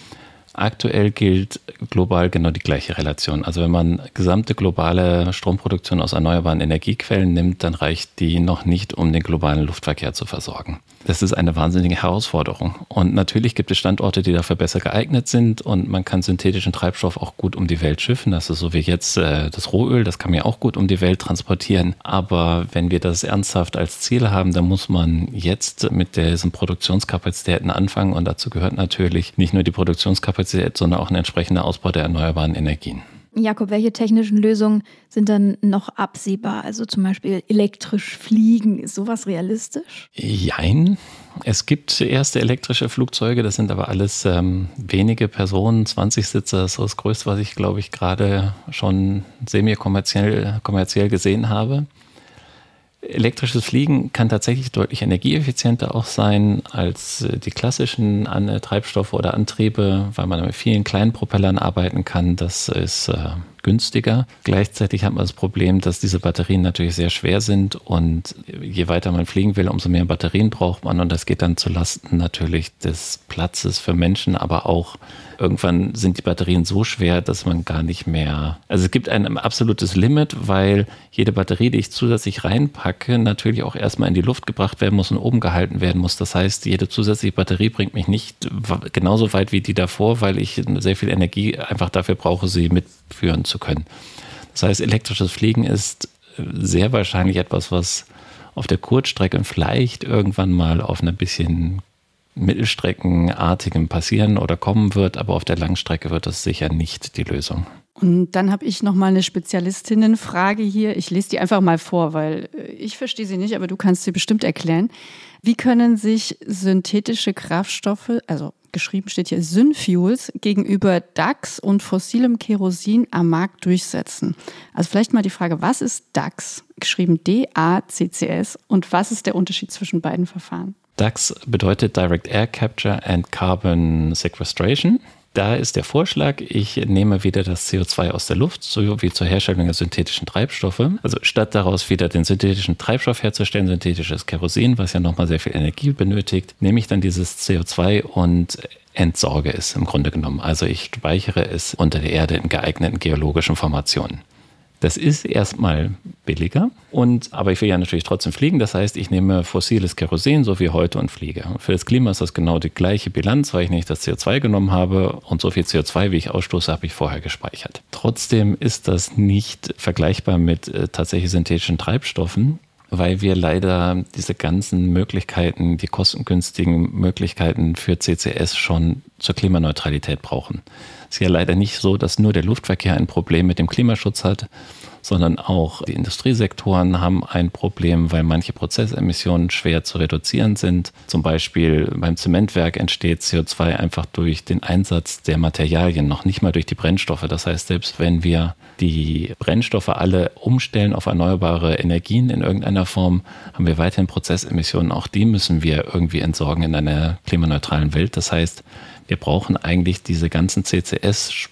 Aktuell gilt global genau die gleiche Relation. Also wenn man gesamte globale Stromproduktion aus erneuerbaren Energiequellen nimmt, dann reicht die noch nicht, um den globalen Luftverkehr zu versorgen. Das ist eine wahnsinnige Herausforderung. Und natürlich gibt es Standorte, die dafür besser geeignet sind und man kann synthetischen Treibstoff auch gut um die Welt schiffen. Das ist so wie jetzt äh, das Rohöl, das kann man ja auch gut um die Welt transportieren. Aber wenn wir das ernsthaft als Ziel haben, dann muss man jetzt mit diesen Produktionskapazitäten anfangen und dazu gehört natürlich nicht nur die Produktionskapazität, sondern auch ein entsprechender Ausbau der erneuerbaren Energien. Jakob, welche technischen Lösungen sind dann noch absehbar? Also zum Beispiel elektrisch fliegen, ist sowas realistisch? Jein. Es gibt erste elektrische Flugzeuge, das sind aber alles ähm, wenige Personen, zwanzig Sitzer, das ist das Größte, was ich glaube ich gerade schon semi-kommerziell kommerziell gesehen habe. Elektrisches Fliegen kann tatsächlich deutlich energieeffizienter auch sein als die klassischen Treibstoffe oder Antriebe, weil man mit vielen kleinen Propellern arbeiten kann. Das ist äh, günstiger. Gleichzeitig hat man das Problem, dass diese Batterien natürlich sehr schwer sind und je weiter man fliegen will, umso mehr Batterien braucht man und das geht dann zulasten natürlich des Platzes für Menschen, aber auch irgendwann sind die Batterien so schwer, dass man gar nicht mehr, also es gibt ein absolutes Limit, weil jede Batterie, die ich zusätzlich reinpacke, natürlich auch erstmal in die Luft gebracht werden muss und oben gehalten werden muss. Das heißt, jede zusätzliche Batterie bringt mich nicht genauso weit wie die davor, weil ich sehr viel Energie einfach dafür brauche, sie mitführen zu können. Das heißt, elektrisches Fliegen ist sehr wahrscheinlich etwas, was auf der Kurzstrecke vielleicht irgendwann mal auf einer bisschen Mittelstreckenartigem passieren oder kommen wird, aber auf der Langstrecke wird das sicher nicht die Lösung. Und dann habe ich noch mal eine Spezialistinnenfrage hier. Ich lese die einfach mal vor, weil ich verstehe sie nicht, aber du kannst sie bestimmt erklären. Wie können sich synthetische Kraftstoffe, also geschrieben steht hier Synfuels, gegenüber D A X und fossilem Kerosin am Markt durchsetzen? Also vielleicht mal die Frage, was ist D A X, geschrieben D A C C S, und was ist der Unterschied zwischen beiden Verfahren? D A X bedeutet Direct Air Capture and Carbon Sequestration. Da ist der Vorschlag, ich nehme wieder das C O zwei aus der Luft, so wie zur Herstellung der synthetischen Treibstoffe. Also statt daraus wieder den synthetischen Treibstoff herzustellen, synthetisches Kerosin, was ja nochmal sehr viel Energie benötigt, nehme ich dann dieses C O zwei und entsorge es im Grunde genommen. Also ich speichere es unter der Erde in geeigneten geologischen Formationen. Das ist erstmal billiger, und, aber ich will ja natürlich trotzdem fliegen. Das heißt, ich nehme fossiles Kerosin, so wie heute, und fliege. Für das Klima ist das genau die gleiche Bilanz, weil ich nicht das C O zwei genommen habe, und so viel C O zwei, wie ich ausstoße, habe ich vorher gespeichert. Trotzdem ist das nicht vergleichbar mit äh, tatsächlich synthetischen Treibstoffen, weil wir leider diese ganzen Möglichkeiten, die kostengünstigen Möglichkeiten für C C S schon zur Klimaneutralität brauchen. Es ist ja leider nicht so, dass nur der Luftverkehr ein Problem mit dem Klimaschutz hat, sondern auch die Industriesektoren haben ein Problem, weil manche Prozessemissionen schwer zu reduzieren sind. Zum Beispiel beim Zementwerk entsteht C O zwei einfach durch den Einsatz der Materialien, noch nicht mal durch die Brennstoffe. Das heißt, selbst wenn wir die Brennstoffe alle umstellen auf erneuerbare Energien in irgendeiner Form, haben wir weiterhin Prozessemissionen. Auch die müssen wir irgendwie entsorgen in einer klimaneutralen Welt. Das heißt, wir brauchen eigentlich diese ganzen C C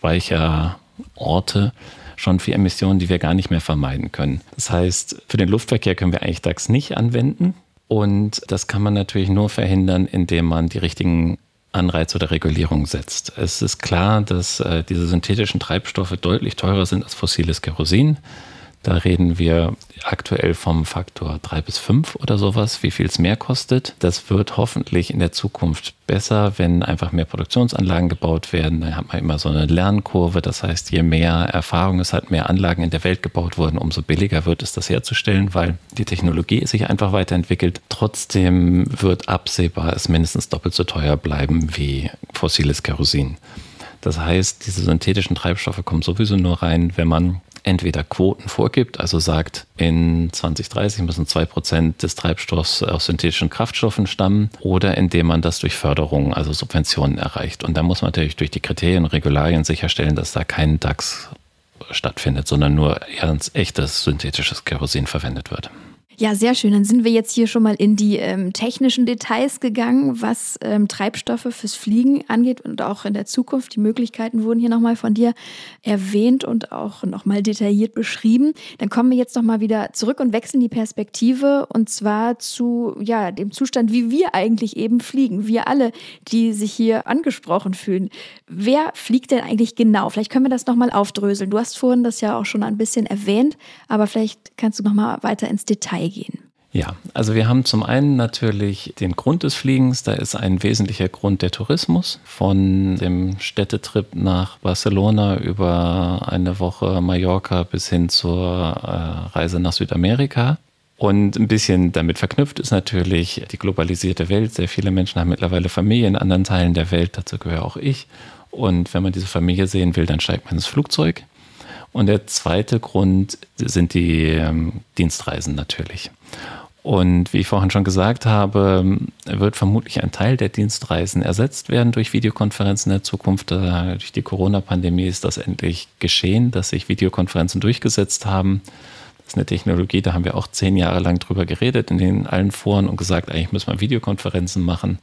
S-Speicherorte schon für Emissionen, die wir gar nicht mehr vermeiden können. Das heißt, für den Luftverkehr können wir eigentlich D A X nicht anwenden. Und das kann man natürlich nur verhindern, indem man die richtigen Anreize oder Regulierungen setzt. Es ist klar, dass äh, diese synthetischen Treibstoffe deutlich teurer sind als fossiles Kerosin. Da reden wir aktuell vom Faktor drei bis fünf oder sowas, wie viel es mehr kostet. Das wird hoffentlich in der Zukunft besser, wenn einfach mehr Produktionsanlagen gebaut werden. Da hat man immer so eine Lernkurve. Das heißt, je mehr Erfahrung es hat, mehr Anlagen in der Welt gebaut wurden, umso billiger wird es, das herzustellen, weil die Technologie sich einfach weiterentwickelt. Trotzdem wird absehbar es mindestens doppelt so teuer bleiben wie fossiles Kerosin. Das heißt, diese synthetischen Treibstoffe kommen sowieso nur rein, wenn man entweder Quoten vorgibt, also sagt, in zwanzig dreißig müssen zwei Prozent des Treibstoffs aus synthetischen Kraftstoffen stammen, oder indem man das durch Förderungen, also Subventionen erreicht. Und da muss man natürlich durch die Kriterien und Regularien sicherstellen, dass da kein D A X stattfindet, sondern nur ernst echtes synthetisches Kerosin verwendet wird. Ja, sehr schön. Dann sind wir jetzt hier schon mal in die ähm, technischen Details gegangen, was ähm, Treibstoffe fürs Fliegen angeht, und auch in der Zukunft. Die Möglichkeiten wurden hier nochmal von dir erwähnt und auch nochmal detailliert beschrieben. Dann kommen wir jetzt nochmal wieder zurück und wechseln die Perspektive, und zwar zu ja, dem Zustand, wie wir eigentlich eben fliegen. Wir alle, die sich hier angesprochen fühlen. Wer fliegt denn eigentlich genau? Vielleicht können wir das nochmal aufdröseln. Du hast vorhin das ja auch schon ein bisschen erwähnt, aber vielleicht kannst du nochmal weiter ins Detail gehen. Ja, also wir haben zum einen natürlich den Grund des Fliegens. Da ist ein wesentlicher Grund der Tourismus. Von dem Städtetrip nach Barcelona über eine Woche Mallorca bis hin zur äh, Reise nach Südamerika. Und ein bisschen damit verknüpft ist natürlich die globalisierte Welt. Sehr viele Menschen haben mittlerweile Familie in anderen Teilen der Welt. Dazu gehöre auch ich. Und wenn man diese Familie sehen will, dann steigt man ins Flugzeug. Und der zweite Grund sind die ähm, Dienstreisen natürlich. Und wie ich vorhin schon gesagt habe, wird vermutlich ein Teil der Dienstreisen ersetzt werden durch Videokonferenzen in der Zukunft. Durch die Corona-Pandemie ist das endlich geschehen, dass sich Videokonferenzen durchgesetzt haben. Das ist eine Technologie, da haben wir auch zehn Jahre lang drüber geredet in den allen Foren und gesagt, eigentlich müssen wir Videokonferenzen machen.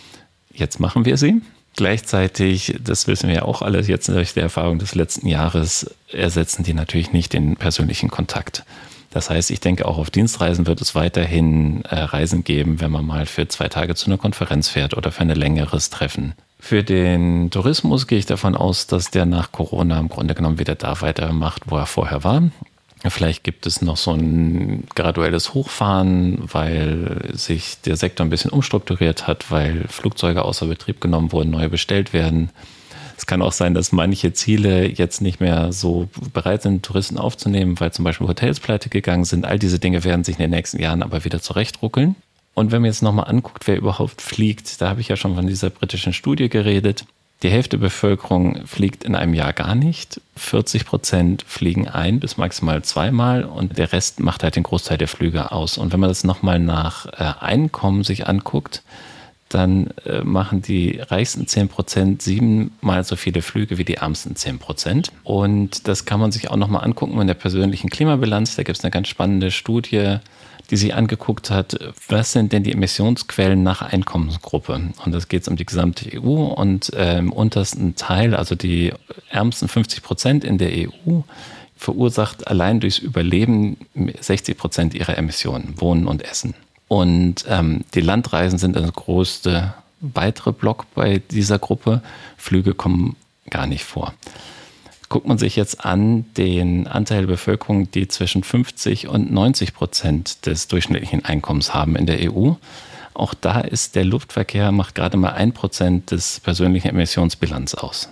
Jetzt machen wir sie. Gleichzeitig, das wissen wir ja auch alle jetzt durch die Erfahrung des letzten Jahres, ersetzen die natürlich nicht den persönlichen Kontakt. Das heißt, ich denke, auch auf Dienstreisen wird es weiterhin äh, Reisen geben, wenn man mal für zwei Tage zu einer Konferenz fährt oder für ein längeres Treffen. Für den Tourismus gehe ich davon aus, dass der nach Corona im Grunde genommen wieder da weitermacht, wo er vorher war. Vielleicht gibt es noch so ein graduelles Hochfahren, weil sich der Sektor ein bisschen umstrukturiert hat, weil Flugzeuge außer Betrieb genommen wurden, neue bestellt werden. Es kann auch sein, dass manche Ziele jetzt nicht mehr so bereit sind, Touristen aufzunehmen, weil zum Beispiel Hotels pleite gegangen sind. All diese Dinge werden sich in den nächsten Jahren aber wieder zurechtruckeln. Und wenn man jetzt nochmal anguckt, wer überhaupt fliegt, da habe ich ja schon von dieser britischen Studie geredet. Die Hälfte der Bevölkerung fliegt in einem Jahr gar nicht. vierzig Prozent fliegen ein bis maximal zweimal und der Rest macht halt den Großteil der Flüge aus. Und wenn man das nochmal nach äh, Einkommen sich anguckt, dann äh, machen die reichsten zehn Prozent siebenmal so viele Flüge wie die ärmsten zehn Prozent. Und das kann man sich auch nochmal angucken in der persönlichen Klimabilanz. Da gibt es eine ganz spannende Studie, die sich angeguckt hat, was sind denn die Emissionsquellen nach Einkommensgruppe? Und das geht um die gesamte E U und äh, im untersten Teil, also die ärmsten fünfzig Prozent in der E U, verursacht allein durchs Überleben sechzig Prozent ihrer Emissionen, Wohnen und Essen. Und ähm, die Landreisen sind der größte weitere Block bei dieser Gruppe. Flüge kommen gar nicht vor. Guckt man sich jetzt an den Anteil der Bevölkerung, die zwischen fünfzig und neunzig Prozent des durchschnittlichen Einkommens haben in der E U, auch da ist der Luftverkehr, macht gerade mal ein Prozent des persönlichen Emissionsbilanz aus.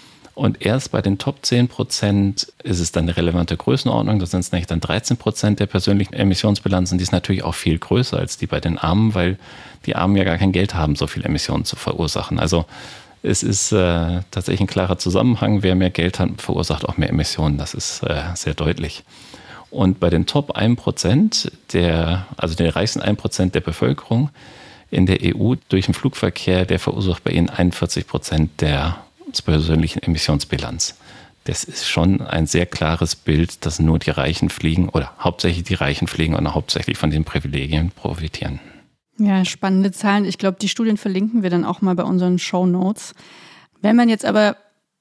Und erst bei den Top zehn Prozent ist es dann eine relevante Größenordnung. Das sind es nämlich dann dreizehn Prozent der persönlichen Emissionsbilanzen. Die ist natürlich auch viel größer als die bei den Armen, weil die Armen ja gar kein Geld haben, so viel Emissionen zu verursachen. Also es ist äh, tatsächlich ein klarer Zusammenhang. Wer mehr Geld hat, verursacht auch mehr Emissionen. Das ist äh, sehr deutlich. Und bei den Top ein Prozent, der, also den reichsten ein Prozent der Bevölkerung in der E U durch den Flugverkehr, der verursacht bei ihnen einundvierzig Prozent der persönlichen Emissionsbilanz. Das ist schon ein sehr klares Bild, dass nur die Reichen fliegen oder hauptsächlich die Reichen fliegen und hauptsächlich von den Privilegien profitieren. Ja, spannende Zahlen. Ich glaube, die Studien verlinken wir dann auch mal bei unseren Shownotes. Wenn man jetzt aber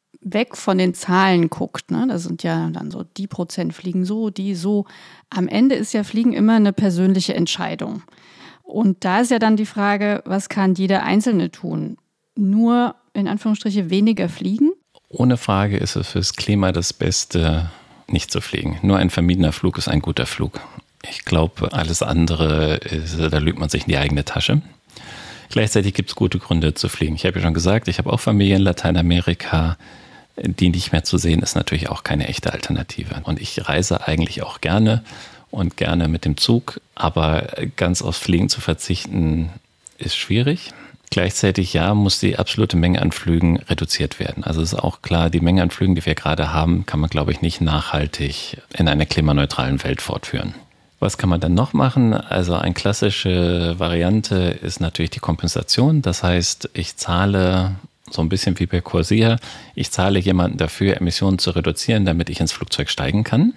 weg von den Zahlen guckt, ne, das sind ja dann so, die Prozent fliegen so, die so. Am Ende ist ja Fliegen immer eine persönliche Entscheidung. Und da ist ja dann die Frage, was kann jeder Einzelne tun? Nur in Anführungsstriche weniger fliegen? Ohne Frage ist es fürs Klima das Beste, nicht zu fliegen. Nur ein vermiedener Flug ist ein guter Flug. Ich glaube, alles andere, ist, da lügt man sich in die eigene Tasche. Gleichzeitig gibt es gute Gründe zu fliegen. Ich habe ja schon gesagt, ich habe auch Familie in Lateinamerika. Die nicht mehr zu sehen, ist natürlich auch keine echte Alternative. Und ich reise eigentlich auch gerne und gerne mit dem Zug. Aber ganz aufs Fliegen zu verzichten, ist schwierig. Gleichzeitig, ja, muss die absolute Menge an Flügen reduziert werden. Also ist auch klar, die Menge an Flügen, die wir gerade haben, kann man, glaube ich, nicht nachhaltig in einer klimaneutralen Welt fortführen. Was kann man dann noch machen? Also eine klassische Variante ist natürlich die Kompensation. Das heißt, ich zahle so ein bisschen wie bei Corsia, ich zahle jemanden dafür, Emissionen zu reduzieren, damit ich ins Flugzeug steigen kann.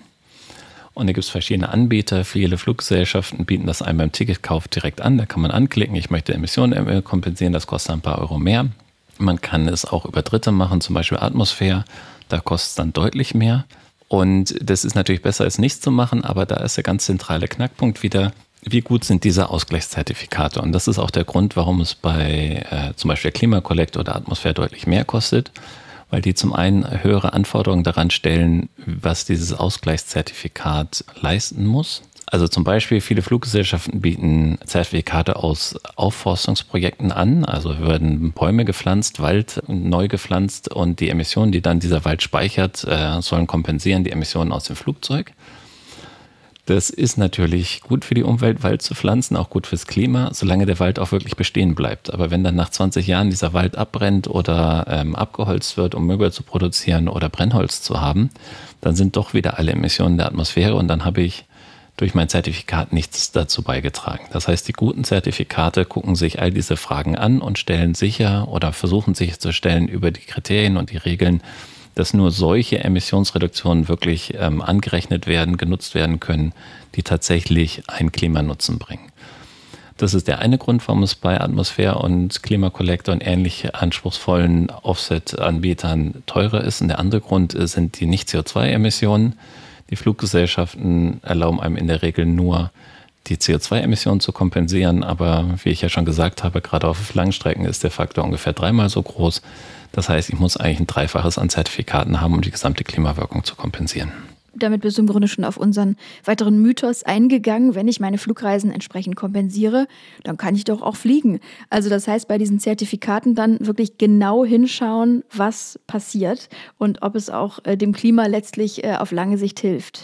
Und da gibt es verschiedene Anbieter. Viele Fluggesellschaften bieten das einem beim Ticketkauf direkt an. Da kann man anklicken, ich möchte Emissionen kompensieren, das kostet ein paar Euro mehr. Man kann es auch über Dritte machen, zum Beispiel Atmosphäre. Da kostet es dann deutlich mehr. Und das ist natürlich besser als nichts zu machen, aber da ist der ganz zentrale Knackpunkt wieder, wie gut sind diese Ausgleichszertifikate? Und das ist auch der Grund, warum es bei äh, zum Beispiel Klimakollekt oder Atmosphäre deutlich mehr kostet, weil die zum einen höhere Anforderungen daran stellen, was dieses Ausgleichszertifikat leisten muss. Also zum Beispiel viele Fluggesellschaften bieten Zertifikate aus Aufforstungsprojekten an. Also werden Bäume gepflanzt, Wald neu gepflanzt und die Emissionen, die dann dieser Wald speichert, äh, sollen kompensieren die Emissionen aus dem Flugzeug. Das ist natürlich gut für die Umwelt, Wald zu pflanzen, auch gut fürs Klima, solange der Wald auch wirklich bestehen bleibt. Aber wenn dann nach zwanzig Jahren dieser Wald abbrennt oder ähm, abgeholzt wird, um Möbel zu produzieren oder Brennholz zu haben, dann sind doch wieder alle Emissionen der Atmosphäre und dann habe ich durch mein Zertifikat nichts dazu beigetragen. Das heißt, die guten Zertifikate gucken sich all diese Fragen an und stellen sicher oder versuchen sicherzustellen über die Kriterien und die Regeln, dass nur solche Emissionsreduktionen wirklich ähm, angerechnet werden, genutzt werden können, die tatsächlich einen Klimanutzen bringen. Das ist der eine Grund, warum es bei Atmosphäre und Klimakollektor und ähnlich anspruchsvollen Offset-Anbietern teurer ist. Und der andere Grund sind die Nicht-C O zwei Emissionen. Die Fluggesellschaften erlauben einem in der Regel nur, die C O zwei Emissionen zu kompensieren. Aber wie ich ja schon gesagt habe, gerade auf Langstrecken ist der Faktor ungefähr dreimal so groß. Das heißt, ich muss eigentlich ein Dreifaches an Zertifikaten haben, um die gesamte Klimawirkung zu kompensieren. Damit bist du im Grunde schon auf unseren weiteren Mythos eingegangen. Wenn ich meine Flugreisen entsprechend kompensiere, dann kann ich doch auch fliegen. Also das heißt, bei diesen Zertifikaten dann wirklich genau hinschauen, was passiert und ob es auch äh, dem Klima letztlich äh, auf lange Sicht hilft.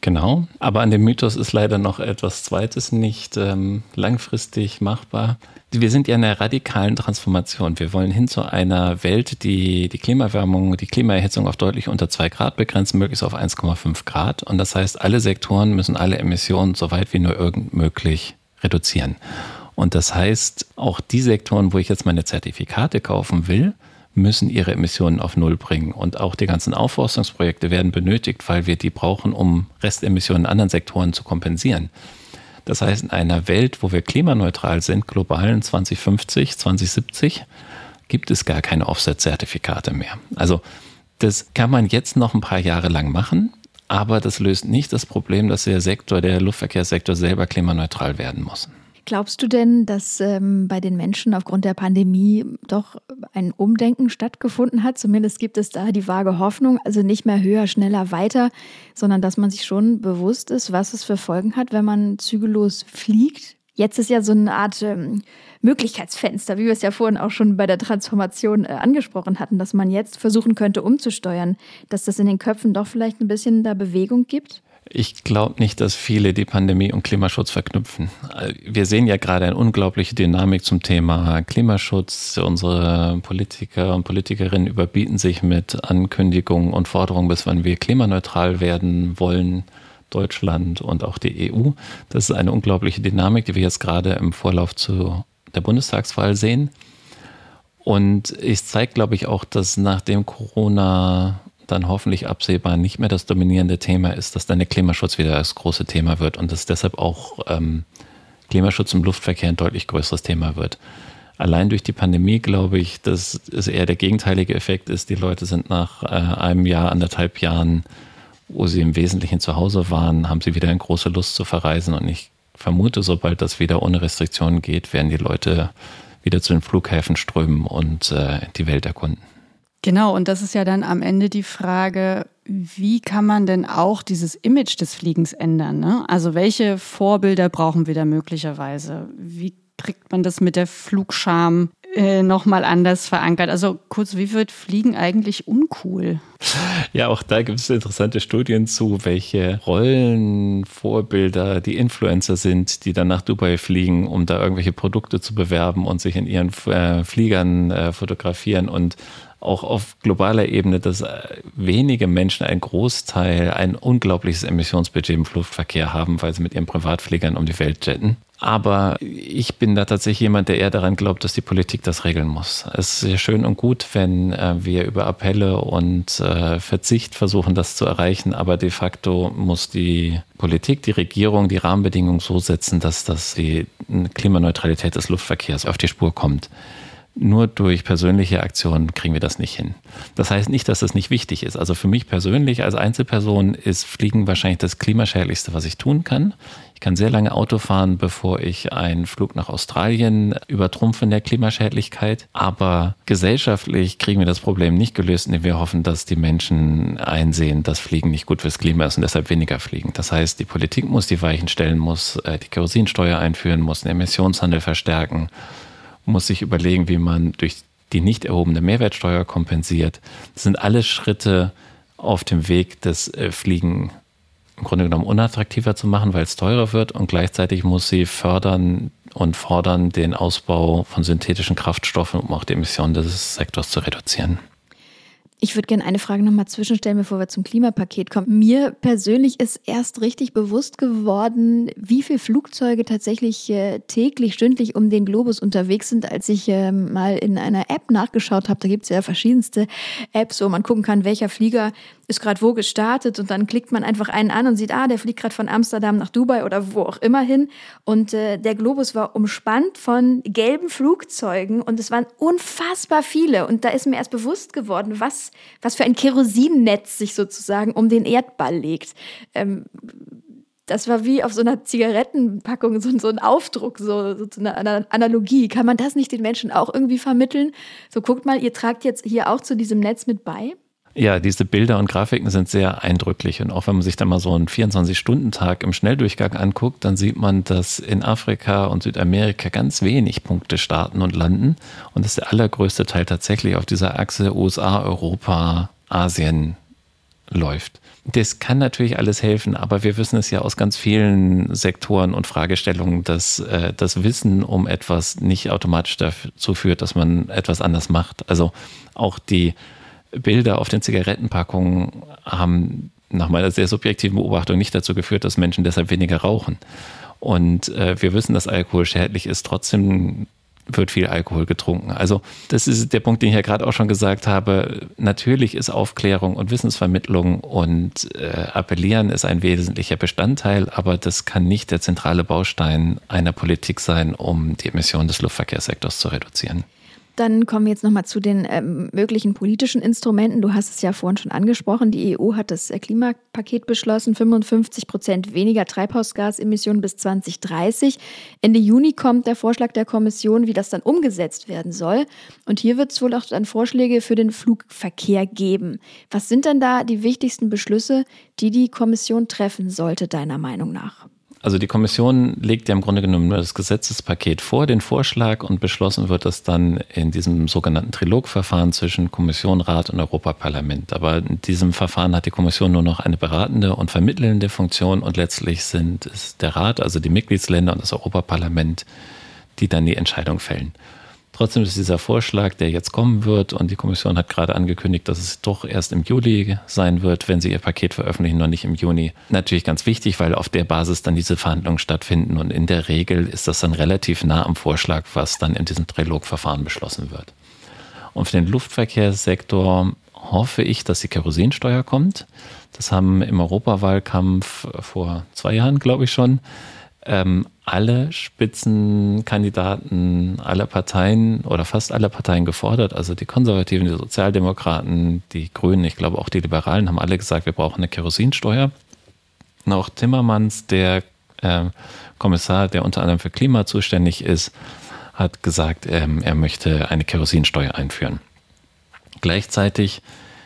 Genau, aber an dem Mythos ist leider noch etwas Zweites nicht ähm, langfristig machbar. Wir sind ja in einer radikalen Transformation. Wir wollen hin zu einer Welt, die die Klimaerwärmung, die Klimaerhitzung auf deutlich unter zwei Grad begrenzt, möglichst auf eins Komma fünf Grad. Und das heißt, alle Sektoren müssen alle Emissionen so weit wie nur irgend möglich reduzieren. Und das heißt, auch die Sektoren, wo ich jetzt meine Zertifikate kaufen will, müssen ihre Emissionen auf Null bringen. Und auch die ganzen Aufforstungsprojekte werden benötigt, weil wir die brauchen, um Restemissionen in anderen Sektoren zu kompensieren. Das heißt, in einer Welt, wo wir klimaneutral sind, global in zwanzig fünfzig, zwanzig siebzig, gibt es gar keine Offset-Zertifikate mehr. Also das kann man jetzt noch ein paar Jahre lang machen, aber das löst nicht das Problem, dass der Sektor, der Luftverkehrssektor selber klimaneutral werden muss. Glaubst du denn, dass ähm, bei den Menschen aufgrund der Pandemie doch ein Umdenken stattgefunden hat? Zumindest gibt es da die vage Hoffnung, also nicht mehr höher, schneller, weiter, sondern dass man sich schon bewusst ist, was es für Folgen hat, wenn man zügellos fliegt. Jetzt ist ja so eine Art ähm, Möglichkeitsfenster, wie wir es ja vorhin auch schon bei der Transformation äh, angesprochen hatten, dass man jetzt versuchen könnte umzusteuern, dass das in den Köpfen doch vielleicht ein bisschen da Bewegung gibt? Ich glaube nicht, dass viele die Pandemie und Klimaschutz verknüpfen. Wir sehen ja gerade eine unglaubliche Dynamik zum Thema Klimaschutz. Unsere Politiker und Politikerinnen überbieten sich mit Ankündigungen und Forderungen, bis wann wir klimaneutral werden wollen, Deutschland und auch die E U. Das ist eine unglaubliche Dynamik, die wir jetzt gerade im Vorlauf zu der Bundestagswahl sehen. Und es zeigt, glaube ich, auch, dass nachdem Corona dann hoffentlich absehbar nicht mehr das dominierende Thema ist, dass dann der Klimaschutz wieder das große Thema wird und dass deshalb auch ähm, Klimaschutz im Luftverkehr ein deutlich größeres Thema wird. Allein durch die Pandemie glaube ich, dass es eher der gegenteilige Effekt ist. Die Leute sind nach äh, einem Jahr, anderthalb Jahren, wo sie im Wesentlichen zu Hause waren, haben sie wieder eine große Lust zu verreisen. Und ich vermute, sobald das wieder ohne Restriktionen geht, werden die Leute wieder zu den Flughäfen strömen und äh, die Welt erkunden. Genau, und das ist ja dann am Ende die Frage, wie kann man denn auch dieses Image des Fliegens ändern, ne? Also welche Vorbilder brauchen wir da möglicherweise? Wie kriegt man das mit der Flugscham äh, nochmal anders verankert? Also kurz, wie wird Fliegen eigentlich uncool? Ja, auch da gibt es interessante Studien zu, welche Rollenvorbilder die Influencer sind, die dann nach Dubai fliegen, um da irgendwelche Produkte zu bewerben und sich in ihren äh, Fliegern äh, fotografieren und auch auf globaler Ebene, dass wenige Menschen einen Großteil, ein unglaubliches Emissionsbudget im Luftverkehr haben, weil sie mit ihren Privatfliegern um die Welt jetten. Aber ich bin da tatsächlich jemand, der eher daran glaubt, dass die Politik das regeln muss. Es ist ja schön und gut, wenn äh, wir über Appelle und äh, Verzicht versuchen, das zu erreichen. Aber de facto muss die Politik, die Regierung die Rahmenbedingungen so setzen, dass das die Klimaneutralität des Luftverkehrs auf die Spur kommt. Nur durch persönliche Aktionen kriegen wir das nicht hin. Das heißt nicht, dass das nicht wichtig ist. Also für mich persönlich als Einzelperson ist Fliegen wahrscheinlich das Klimaschädlichste, was ich tun kann. Ich kann sehr lange Auto fahren, bevor ich einen Flug nach Australien übertrumpfe in der Klimaschädlichkeit. Aber gesellschaftlich kriegen wir das Problem nicht gelöst, indem wir hoffen, dass die Menschen einsehen, dass Fliegen nicht gut fürs Klima ist und deshalb weniger fliegen. Das heißt, die Politik muss die Weichen stellen, muss die Kerosinsteuer einführen, muss den Emissionshandel verstärken, muss sich überlegen, wie man durch die nicht erhobene Mehrwertsteuer kompensiert. Das sind alles Schritte auf dem Weg, das Fliegen im Grunde genommen unattraktiver zu machen, weil es teurer wird, und gleichzeitig muss sie fördern und fordern den Ausbau von synthetischen Kraftstoffen, um auch die Emissionen des Sektors zu reduzieren. Ich würde gerne eine Frage nochmal zwischenstellen, bevor wir zum Klimapaket kommen. Mir persönlich ist erst richtig bewusst geworden, wie viele Flugzeuge tatsächlich äh, täglich, stündlich um den Globus unterwegs sind, als ich äh, mal in einer App nachgeschaut habe. Da gibt es ja verschiedenste Apps, wo man gucken kann, welcher Flieger ist gerade wo gestartet, und dann klickt man einfach einen an und sieht, ah, der fliegt gerade von Amsterdam nach Dubai oder wo auch immer hin. Und äh, der Globus war umspannt von gelben Flugzeugen und es waren unfassbar viele. Und da ist mir erst bewusst geworden, was, was für ein Kerosinnetz sich sozusagen um den Erdball legt. Ähm, Das war wie auf so einer Zigarettenpackung, so, so ein Aufdruck, so, so eine Analogie. Kann man das nicht den Menschen auch irgendwie vermitteln? So, guckt mal, ihr tragt jetzt hier auch zu diesem Netz mit bei? Ja, diese Bilder und Grafiken sind sehr eindrücklich. Und auch wenn man sich dann mal so einen vierundzwanzig-Stunden-Tag im Schnelldurchgang anguckt, dann sieht man, dass in Afrika und Südamerika ganz wenig Punkte starten und landen. Und dass der allergrößte Teil tatsächlich auf dieser Achse U S A, Europa, Asien läuft. Das kann natürlich alles helfen, aber wir wissen es ja aus ganz vielen Sektoren und Fragestellungen, dass äh, das Wissen um etwas nicht automatisch dazu führt, dass man etwas anders macht. Also auch die Bilder auf den Zigarettenpackungen haben nach meiner sehr subjektiven Beobachtung nicht dazu geführt, dass Menschen deshalb weniger rauchen. Und äh, wir wissen, dass Alkohol schädlich ist. Trotzdem wird viel Alkohol getrunken. Also das ist der Punkt, den ich ja gerade auch schon gesagt habe. Natürlich ist Aufklärung und Wissensvermittlung und äh, Appellieren ist ein wesentlicher Bestandteil, aber das kann nicht der zentrale Baustein einer Politik sein, um die Emissionen des Luftverkehrssektors zu reduzieren. Dann kommen wir jetzt nochmal zu den ähm, möglichen politischen Instrumenten. Du hast es ja vorhin schon angesprochen. Die E U hat das Klimapaket beschlossen, fünfundfünfzig Prozent weniger Treibhausgasemissionen bis zwanzig dreißig. Ende Juni kommt der Vorschlag der Kommission, wie das dann umgesetzt werden soll. Und hier wird es wohl auch dann Vorschläge für den Flugverkehr geben. Was sind denn da die wichtigsten Beschlüsse, die die Kommission treffen sollte, deiner Meinung nach? Also die Kommission legt ja im Grunde genommen nur das Gesetzespaket vor, den Vorschlag, und beschlossen wird das dann in diesem sogenannten Trilogverfahren zwischen Kommission, Rat und Europaparlament. Aber in diesem Verfahren hat die Kommission nur noch eine beratende und vermittelnde Funktion und letztlich sind es der Rat, also die Mitgliedsländer und das Europaparlament, die dann die Entscheidung fällen. Trotzdem ist dieser Vorschlag, der jetzt kommen wird, und die Kommission hat gerade angekündigt, dass es doch erst im Juli sein wird, wenn sie ihr Paket veröffentlichen, noch nicht im Juni. Natürlich ganz wichtig, weil auf der Basis dann diese Verhandlungen stattfinden und in der Regel ist das dann relativ nah am Vorschlag, was dann in diesem Trilogverfahren beschlossen wird. Und für den Luftverkehrssektor hoffe ich, dass die Kerosinsteuer kommt. Das haben im Europawahlkampf vor zwei Jahren, glaube ich schon, Ähm, alle Spitzenkandidaten aller Parteien oder fast aller Parteien gefordert, also die Konservativen, die Sozialdemokraten, die Grünen, ich glaube auch die Liberalen, haben alle gesagt, wir brauchen eine Kerosinsteuer. Und auch Timmermans, der äh, Kommissar, der unter anderem für Klima zuständig ist, hat gesagt, ähm, er möchte eine Kerosinsteuer einführen. Gleichzeitig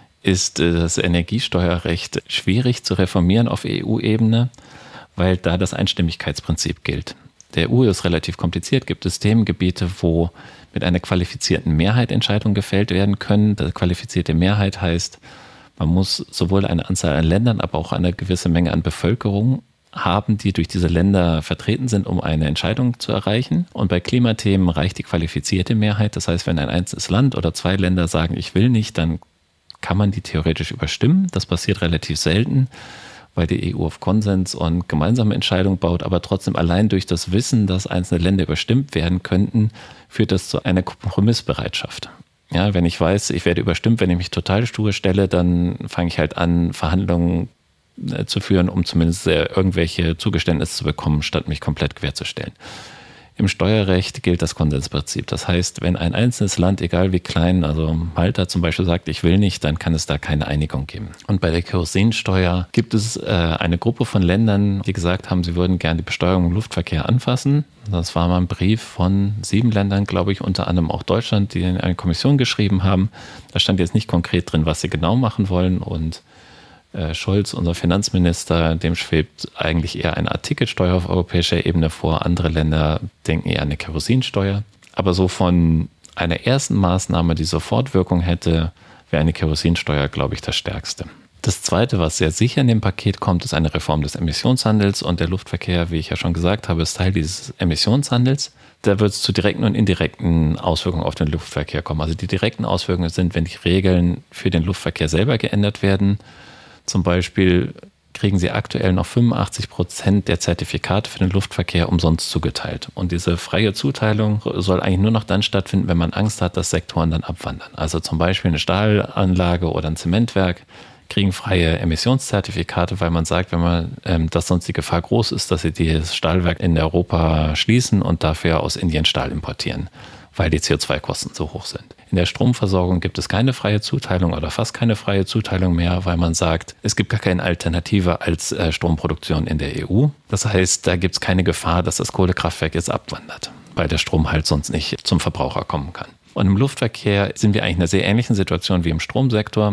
ist äh, das Energiesteuerrecht schwierig zu reformieren auf E U-Ebene, weil da das Einstimmigkeitsprinzip gilt. Der E U ist relativ kompliziert, gibt es Themengebiete, wo mit einer qualifizierten Mehrheit Entscheidungen gefällt werden können. Die qualifizierte Mehrheit heißt, man muss sowohl eine Anzahl an Ländern, aber auch eine gewisse Menge an Bevölkerung haben, die durch diese Länder vertreten sind, um eine Entscheidung zu erreichen. Und bei Klimathemen reicht die qualifizierte Mehrheit. Das heißt, wenn ein einzelnes Land oder zwei Länder sagen, ich will nicht, dann kann man die theoretisch überstimmen. Das passiert relativ selten, weil die E U auf Konsens und gemeinsame Entscheidungen baut, aber trotzdem allein durch das Wissen, dass einzelne Länder überstimmt werden könnten, führt das zu einer Kompromissbereitschaft. Ja, wenn ich weiß, ich werde überstimmt, wenn ich mich total stur stelle, dann fange ich halt an, Verhandlungen zu führen, um zumindest irgendwelche Zugeständnisse zu bekommen, statt mich komplett querzustellen. Im Steuerrecht gilt das Konsensprinzip. Das heißt, wenn ein einzelnes Land, egal wie klein, also Malta zum Beispiel sagt, ich will nicht, dann kann es da keine Einigung geben. Und bei der Kerosinsteuer gibt es äh, eine Gruppe von Ländern, die gesagt haben, sie würden gerne die Besteuerung im Luftverkehr anfassen. Das war mal ein Brief von sieben Ländern, glaube ich, unter anderem auch Deutschland, die in eine Kommission geschrieben haben. Da stand jetzt nicht konkret drin, was sie genau machen wollen, und Scholz, unser Finanzminister, dem schwebt eigentlich eher eine Art Ticketsteuer auf europäischer Ebene vor. Andere Länder denken eher an eine Kerosinsteuer. Aber so von einer ersten Maßnahme, die sofort Wirkung hätte, wäre eine Kerosinsteuer, glaube ich, das Stärkste. Das Zweite, was sehr sicher in dem Paket kommt, ist eine Reform des Emissionshandels. Und der Luftverkehr, wie ich ja schon gesagt habe, ist Teil dieses Emissionshandels. Da wird es zu direkten und indirekten Auswirkungen auf den Luftverkehr kommen. Also die direkten Auswirkungen sind, wenn die Regeln für den Luftverkehr selber geändert werden. Zum Beispiel kriegen sie aktuell noch fünfundachtzig Prozent der Zertifikate für den Luftverkehr umsonst zugeteilt. Und diese freie Zuteilung soll eigentlich nur noch dann stattfinden, wenn man Angst hat, dass Sektoren dann abwandern. Also zum Beispiel eine Stahlanlage oder ein Zementwerk kriegen freie Emissionszertifikate, weil man sagt, wenn man, ähm, dass sonst die Gefahr groß ist, dass sie das Stahlwerk in Europa schließen und dafür aus Indien Stahl importieren, weil die C O zwei Kosten so hoch sind. In der Stromversorgung gibt es keine freie Zuteilung oder fast keine freie Zuteilung mehr, weil man sagt, es gibt gar keine Alternative als äh, Stromproduktion in der E U. Das heißt, da gibt es keine Gefahr, dass das Kohlekraftwerk jetzt abwandert, weil der Strom halt sonst nicht zum Verbraucher kommen kann. Und im Luftverkehr sind wir eigentlich in einer sehr ähnlichen Situation wie im Stromsektor.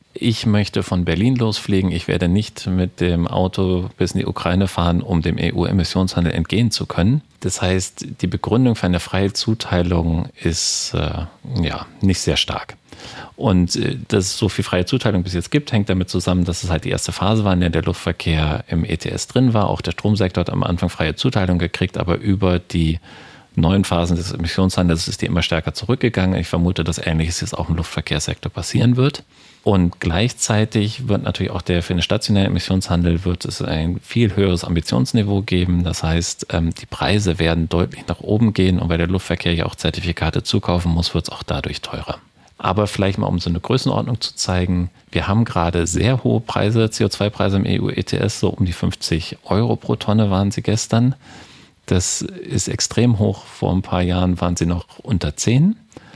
ich möchte von Berlin losfliegen, ich werde nicht mit dem Auto bis in die Ukraine fahren, um dem E U-Emissionshandel entgehen zu können. Das heißt, die Begründung für eine freie Zuteilung ist äh, ja nicht sehr stark. Und äh, dass es so viel freie Zuteilung bis jetzt gibt, hängt damit zusammen, dass es halt die erste Phase war, in der der Luftverkehr im E T S drin war. Auch der Stromsektor hat am Anfang freie Zuteilung gekriegt, aber über die neuen Phasen des Emissionshandels ist die immer stärker zurückgegangen. Ich vermute, dass Ähnliches jetzt auch im Luftverkehrssektor passieren wird. Und gleichzeitig wird natürlich auch der für den stationären Emissionshandel wird es ein viel höheres Ambitionsniveau geben. Das heißt, die Preise werden deutlich nach oben gehen und weil der Luftverkehr ja auch Zertifikate zukaufen muss, wird es auch dadurch teurer. Aber vielleicht mal, um so eine Größenordnung zu zeigen, wir haben gerade sehr hohe Preise, C O zwei Preise im E U-E T S, so um die fünfzig Euro pro Tonne waren sie gestern. Das ist extrem hoch. Vor ein paar Jahren waren sie noch unter zehn.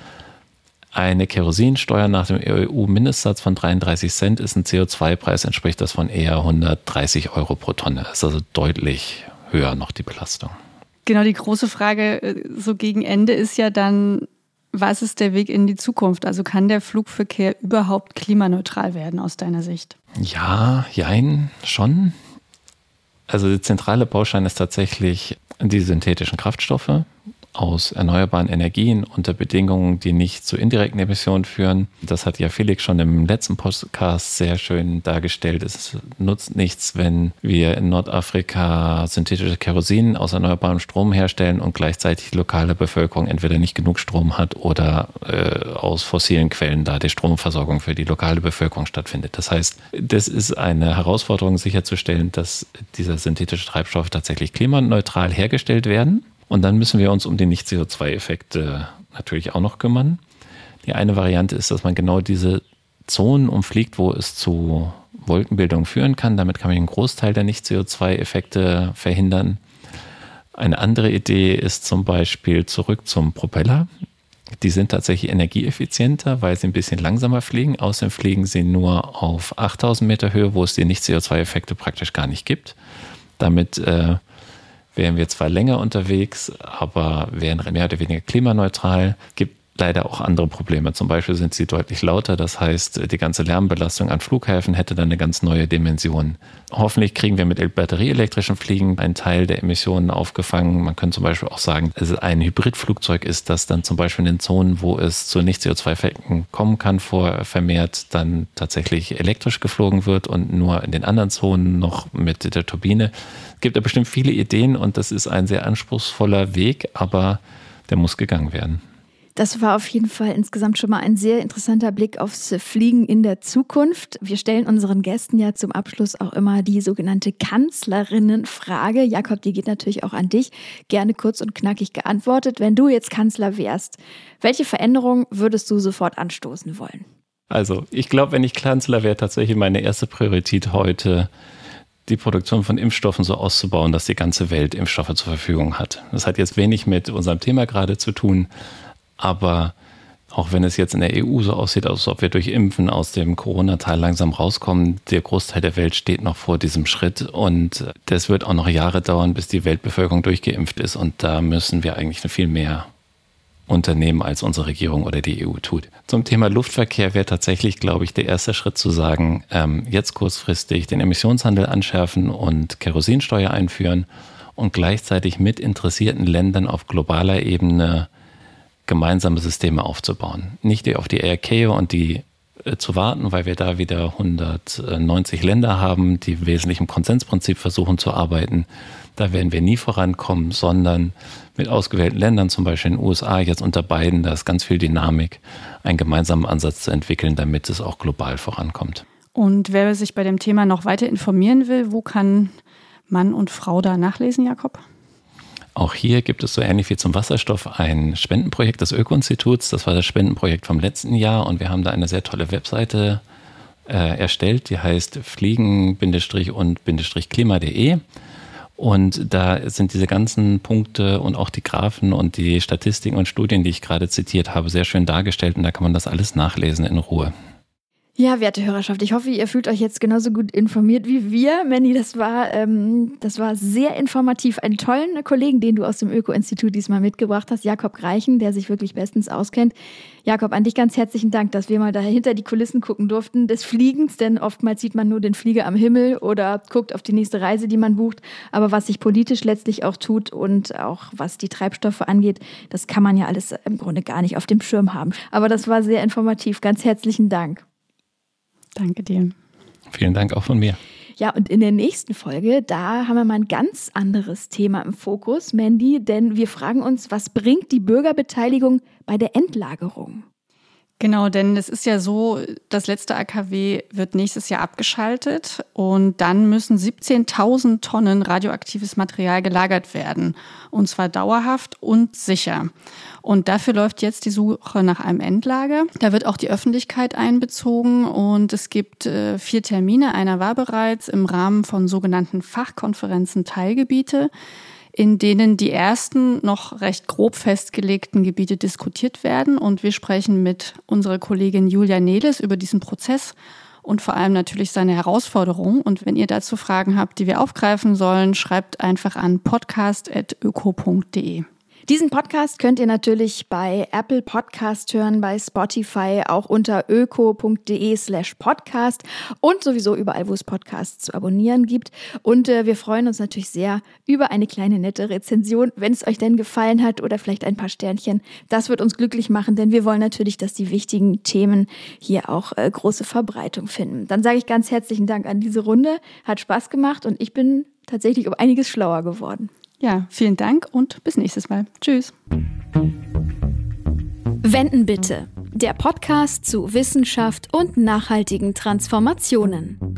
Eine Kerosinsteuer nach dem E U-Mindestsatz von dreiunddreißig Cent ist ein C O zwei Preis, entspricht das von eher hundertdreißig Euro pro Tonne. Das ist also deutlich höher noch die Belastung. Genau, die große Frage so gegen Ende ist ja dann, was ist der Weg in die Zukunft? Also kann der Flugverkehr überhaupt klimaneutral werden aus deiner Sicht? Ja, jein, schon. Also der zentrale Baustein ist tatsächlich die synthetischen Kraftstoffe aus erneuerbaren Energien unter Bedingungen, die nicht zu indirekten Emissionen führen. Das hat ja Felix schon im letzten Podcast sehr schön dargestellt. Es nutzt nichts, wenn wir in Nordafrika synthetische Kerosin aus erneuerbarem Strom herstellen und gleichzeitig die lokale Bevölkerung entweder nicht genug Strom hat oder äh, aus fossilen Quellen da die Stromversorgung für die lokale Bevölkerung stattfindet. Das heißt, das ist eine Herausforderung, sicherzustellen, dass diese synthetischen Treibstoffe tatsächlich klimaneutral hergestellt werden. Und dann müssen wir uns um die Nicht-C O zwei Effekte natürlich auch noch kümmern. Die eine Variante ist, dass man genau diese Zonen umfliegt, wo es zu Wolkenbildung führen kann. Damit kann man einen Großteil der Nicht-C O zwei Effekte verhindern. Eine andere Idee ist zum Beispiel zurück zum Propeller. Die sind tatsächlich energieeffizienter, weil sie ein bisschen langsamer fliegen. Außerdem fliegen sie nur auf achttausend Meter Höhe, wo es die Nicht-C O zwei Effekte praktisch gar nicht gibt. Damit äh, wären wir zwar länger unterwegs, aber wären mehr oder weniger klimaneutral. Gibt leider auch andere Probleme. Zum Beispiel sind sie deutlich lauter. Das heißt, die ganze Lärmbelastung an Flughäfen hätte dann eine ganz neue Dimension. Hoffentlich kriegen wir mit batterieelektrischen Fliegen einen Teil der Emissionen aufgefangen. Man könnte zum Beispiel auch sagen, dass es ein Hybridflugzeug ist, das dann zum Beispiel in den Zonen, wo es zu Nicht-C O zwei Effekten kommen kann, vor vermehrt dann tatsächlich elektrisch geflogen wird und nur in den anderen Zonen noch mit der Turbine. Es gibt ja bestimmt viele Ideen und das ist ein sehr anspruchsvoller Weg, aber der muss gegangen werden. Das war auf jeden Fall insgesamt schon mal ein sehr interessanter Blick aufs Fliegen in der Zukunft. Wir stellen unseren Gästen ja zum Abschluss auch immer die sogenannte Kanzlerinnenfrage. Jakob, die geht natürlich auch an dich. Gerne kurz und knackig geantwortet. Wenn du jetzt Kanzler wärst, welche Veränderung würdest du sofort anstoßen wollen? Also, ich glaube, wenn ich Kanzler wäre, tatsächlich meine erste Priorität heute, die Produktion von Impfstoffen so auszubauen, dass die ganze Welt Impfstoffe zur Verfügung hat. Das hat jetzt wenig mit unserem Thema gerade zu tun. Aber auch wenn es jetzt in der E U so aussieht, als ob wir durch Impfen aus dem Corona-Teil langsam rauskommen, der Großteil der Welt steht noch vor diesem Schritt und das wird auch noch Jahre dauern, bis die Weltbevölkerung durchgeimpft ist und da müssen wir eigentlich viel mehr unternehmen, als unsere Regierung oder die E U tut. Zum Thema Luftverkehr wäre tatsächlich, glaube ich, der erste Schritt zu sagen, ähm, jetzt kurzfristig den Emissionshandel anschärfen und Kerosinsteuer einführen und gleichzeitig mit interessierten Ländern auf globaler Ebene gemeinsame Systeme aufzubauen. Nicht auf die I C A O und die äh, zu warten, weil wir da wieder hundertneunzig Länder haben, die wesentlich im Konsensprinzip versuchen zu arbeiten. Da werden wir nie vorankommen, sondern mit ausgewählten Ländern, zum Beispiel in den U S A, jetzt unter Biden, da ist ganz viel Dynamik, einen gemeinsamen Ansatz zu entwickeln, damit es auch global vorankommt. Und wer sich bei dem Thema noch weiter informieren will, wo kann Mann und Frau da nachlesen, Jakob? Auch hier gibt es so ähnlich wie zum Wasserstoff ein Spendenprojekt des Öko-Instituts. Das war das Spendenprojekt vom letzten Jahr und wir haben da eine sehr tolle Webseite äh, erstellt, die heißt fliegen und klima punkt de und da sind diese ganzen Punkte und auch die Graphen und die Statistiken und Studien, die ich gerade zitiert habe, sehr schön dargestellt und da kann man das alles nachlesen in Ruhe. Ja, werte Hörerschaft, ich hoffe, ihr fühlt euch jetzt genauso gut informiert wie wir. Mandy, das war, ähm, das war sehr informativ. Einen tollen Kollegen, den du aus dem Öko-Institut diesmal mitgebracht hast, Jakob Greichen, der sich wirklich bestens auskennt. Jakob, an dich ganz herzlichen Dank, dass wir mal da hinter die Kulissen gucken durften des Fliegens, denn oftmals sieht man nur den Flieger am Himmel oder guckt auf die nächste Reise, die man bucht. Aber was sich politisch letztlich auch tut und auch was die Treibstoffe angeht, das kann man ja alles im Grunde gar nicht auf dem Schirm haben. Aber das war sehr informativ. Ganz herzlichen Dank. Danke dir. Vielen Dank auch von mir. Ja, und in der nächsten Folge, da haben wir mal ein ganz anderes Thema im Fokus, Mandy, denn wir fragen uns, was bringt die Bürgerbeteiligung bei der Endlagerung? Genau, denn es ist ja so, das letzte A K W wird nächstes Jahr abgeschaltet und dann müssen siebzehntausend Tonnen radioaktives Material gelagert werden. Und zwar dauerhaft und sicher. Und dafür läuft jetzt die Suche nach einem Endlager. Da wird auch die Öffentlichkeit einbezogen und es gibt äh, vier Termine. Einer war bereits im Rahmen von sogenannten Fachkonferenzen Teilgebiete, in denen die ersten noch recht grob festgelegten Gebiete diskutiert werden. Und wir sprechen mit unserer Kollegin Julia Neles über diesen Prozess und vor allem natürlich seine Herausforderungen. Und wenn ihr dazu Fragen habt, die wir aufgreifen sollen, schreibt einfach an podcast at öko punkt de. Diesen Podcast könnt ihr natürlich bei Apple Podcast hören, bei Spotify, auch unter öko punkt de slash podcast und sowieso überall, wo es Podcasts zu abonnieren gibt. Und äh, wir freuen uns natürlich sehr über eine kleine nette Rezension, wenn es euch denn gefallen hat oder vielleicht ein paar Sternchen. Das wird uns glücklich machen, denn wir wollen natürlich, dass die wichtigen Themen hier auch äh, große Verbreitung finden. Dann sage ich ganz herzlichen Dank an diese Runde. Hat Spaß gemacht und ich bin tatsächlich um einiges schlauer geworden. Ja, vielen Dank und bis nächstes Mal. Tschüss. Wenden bitte. Der Podcast zu Wissenschaft und nachhaltigen Transformationen.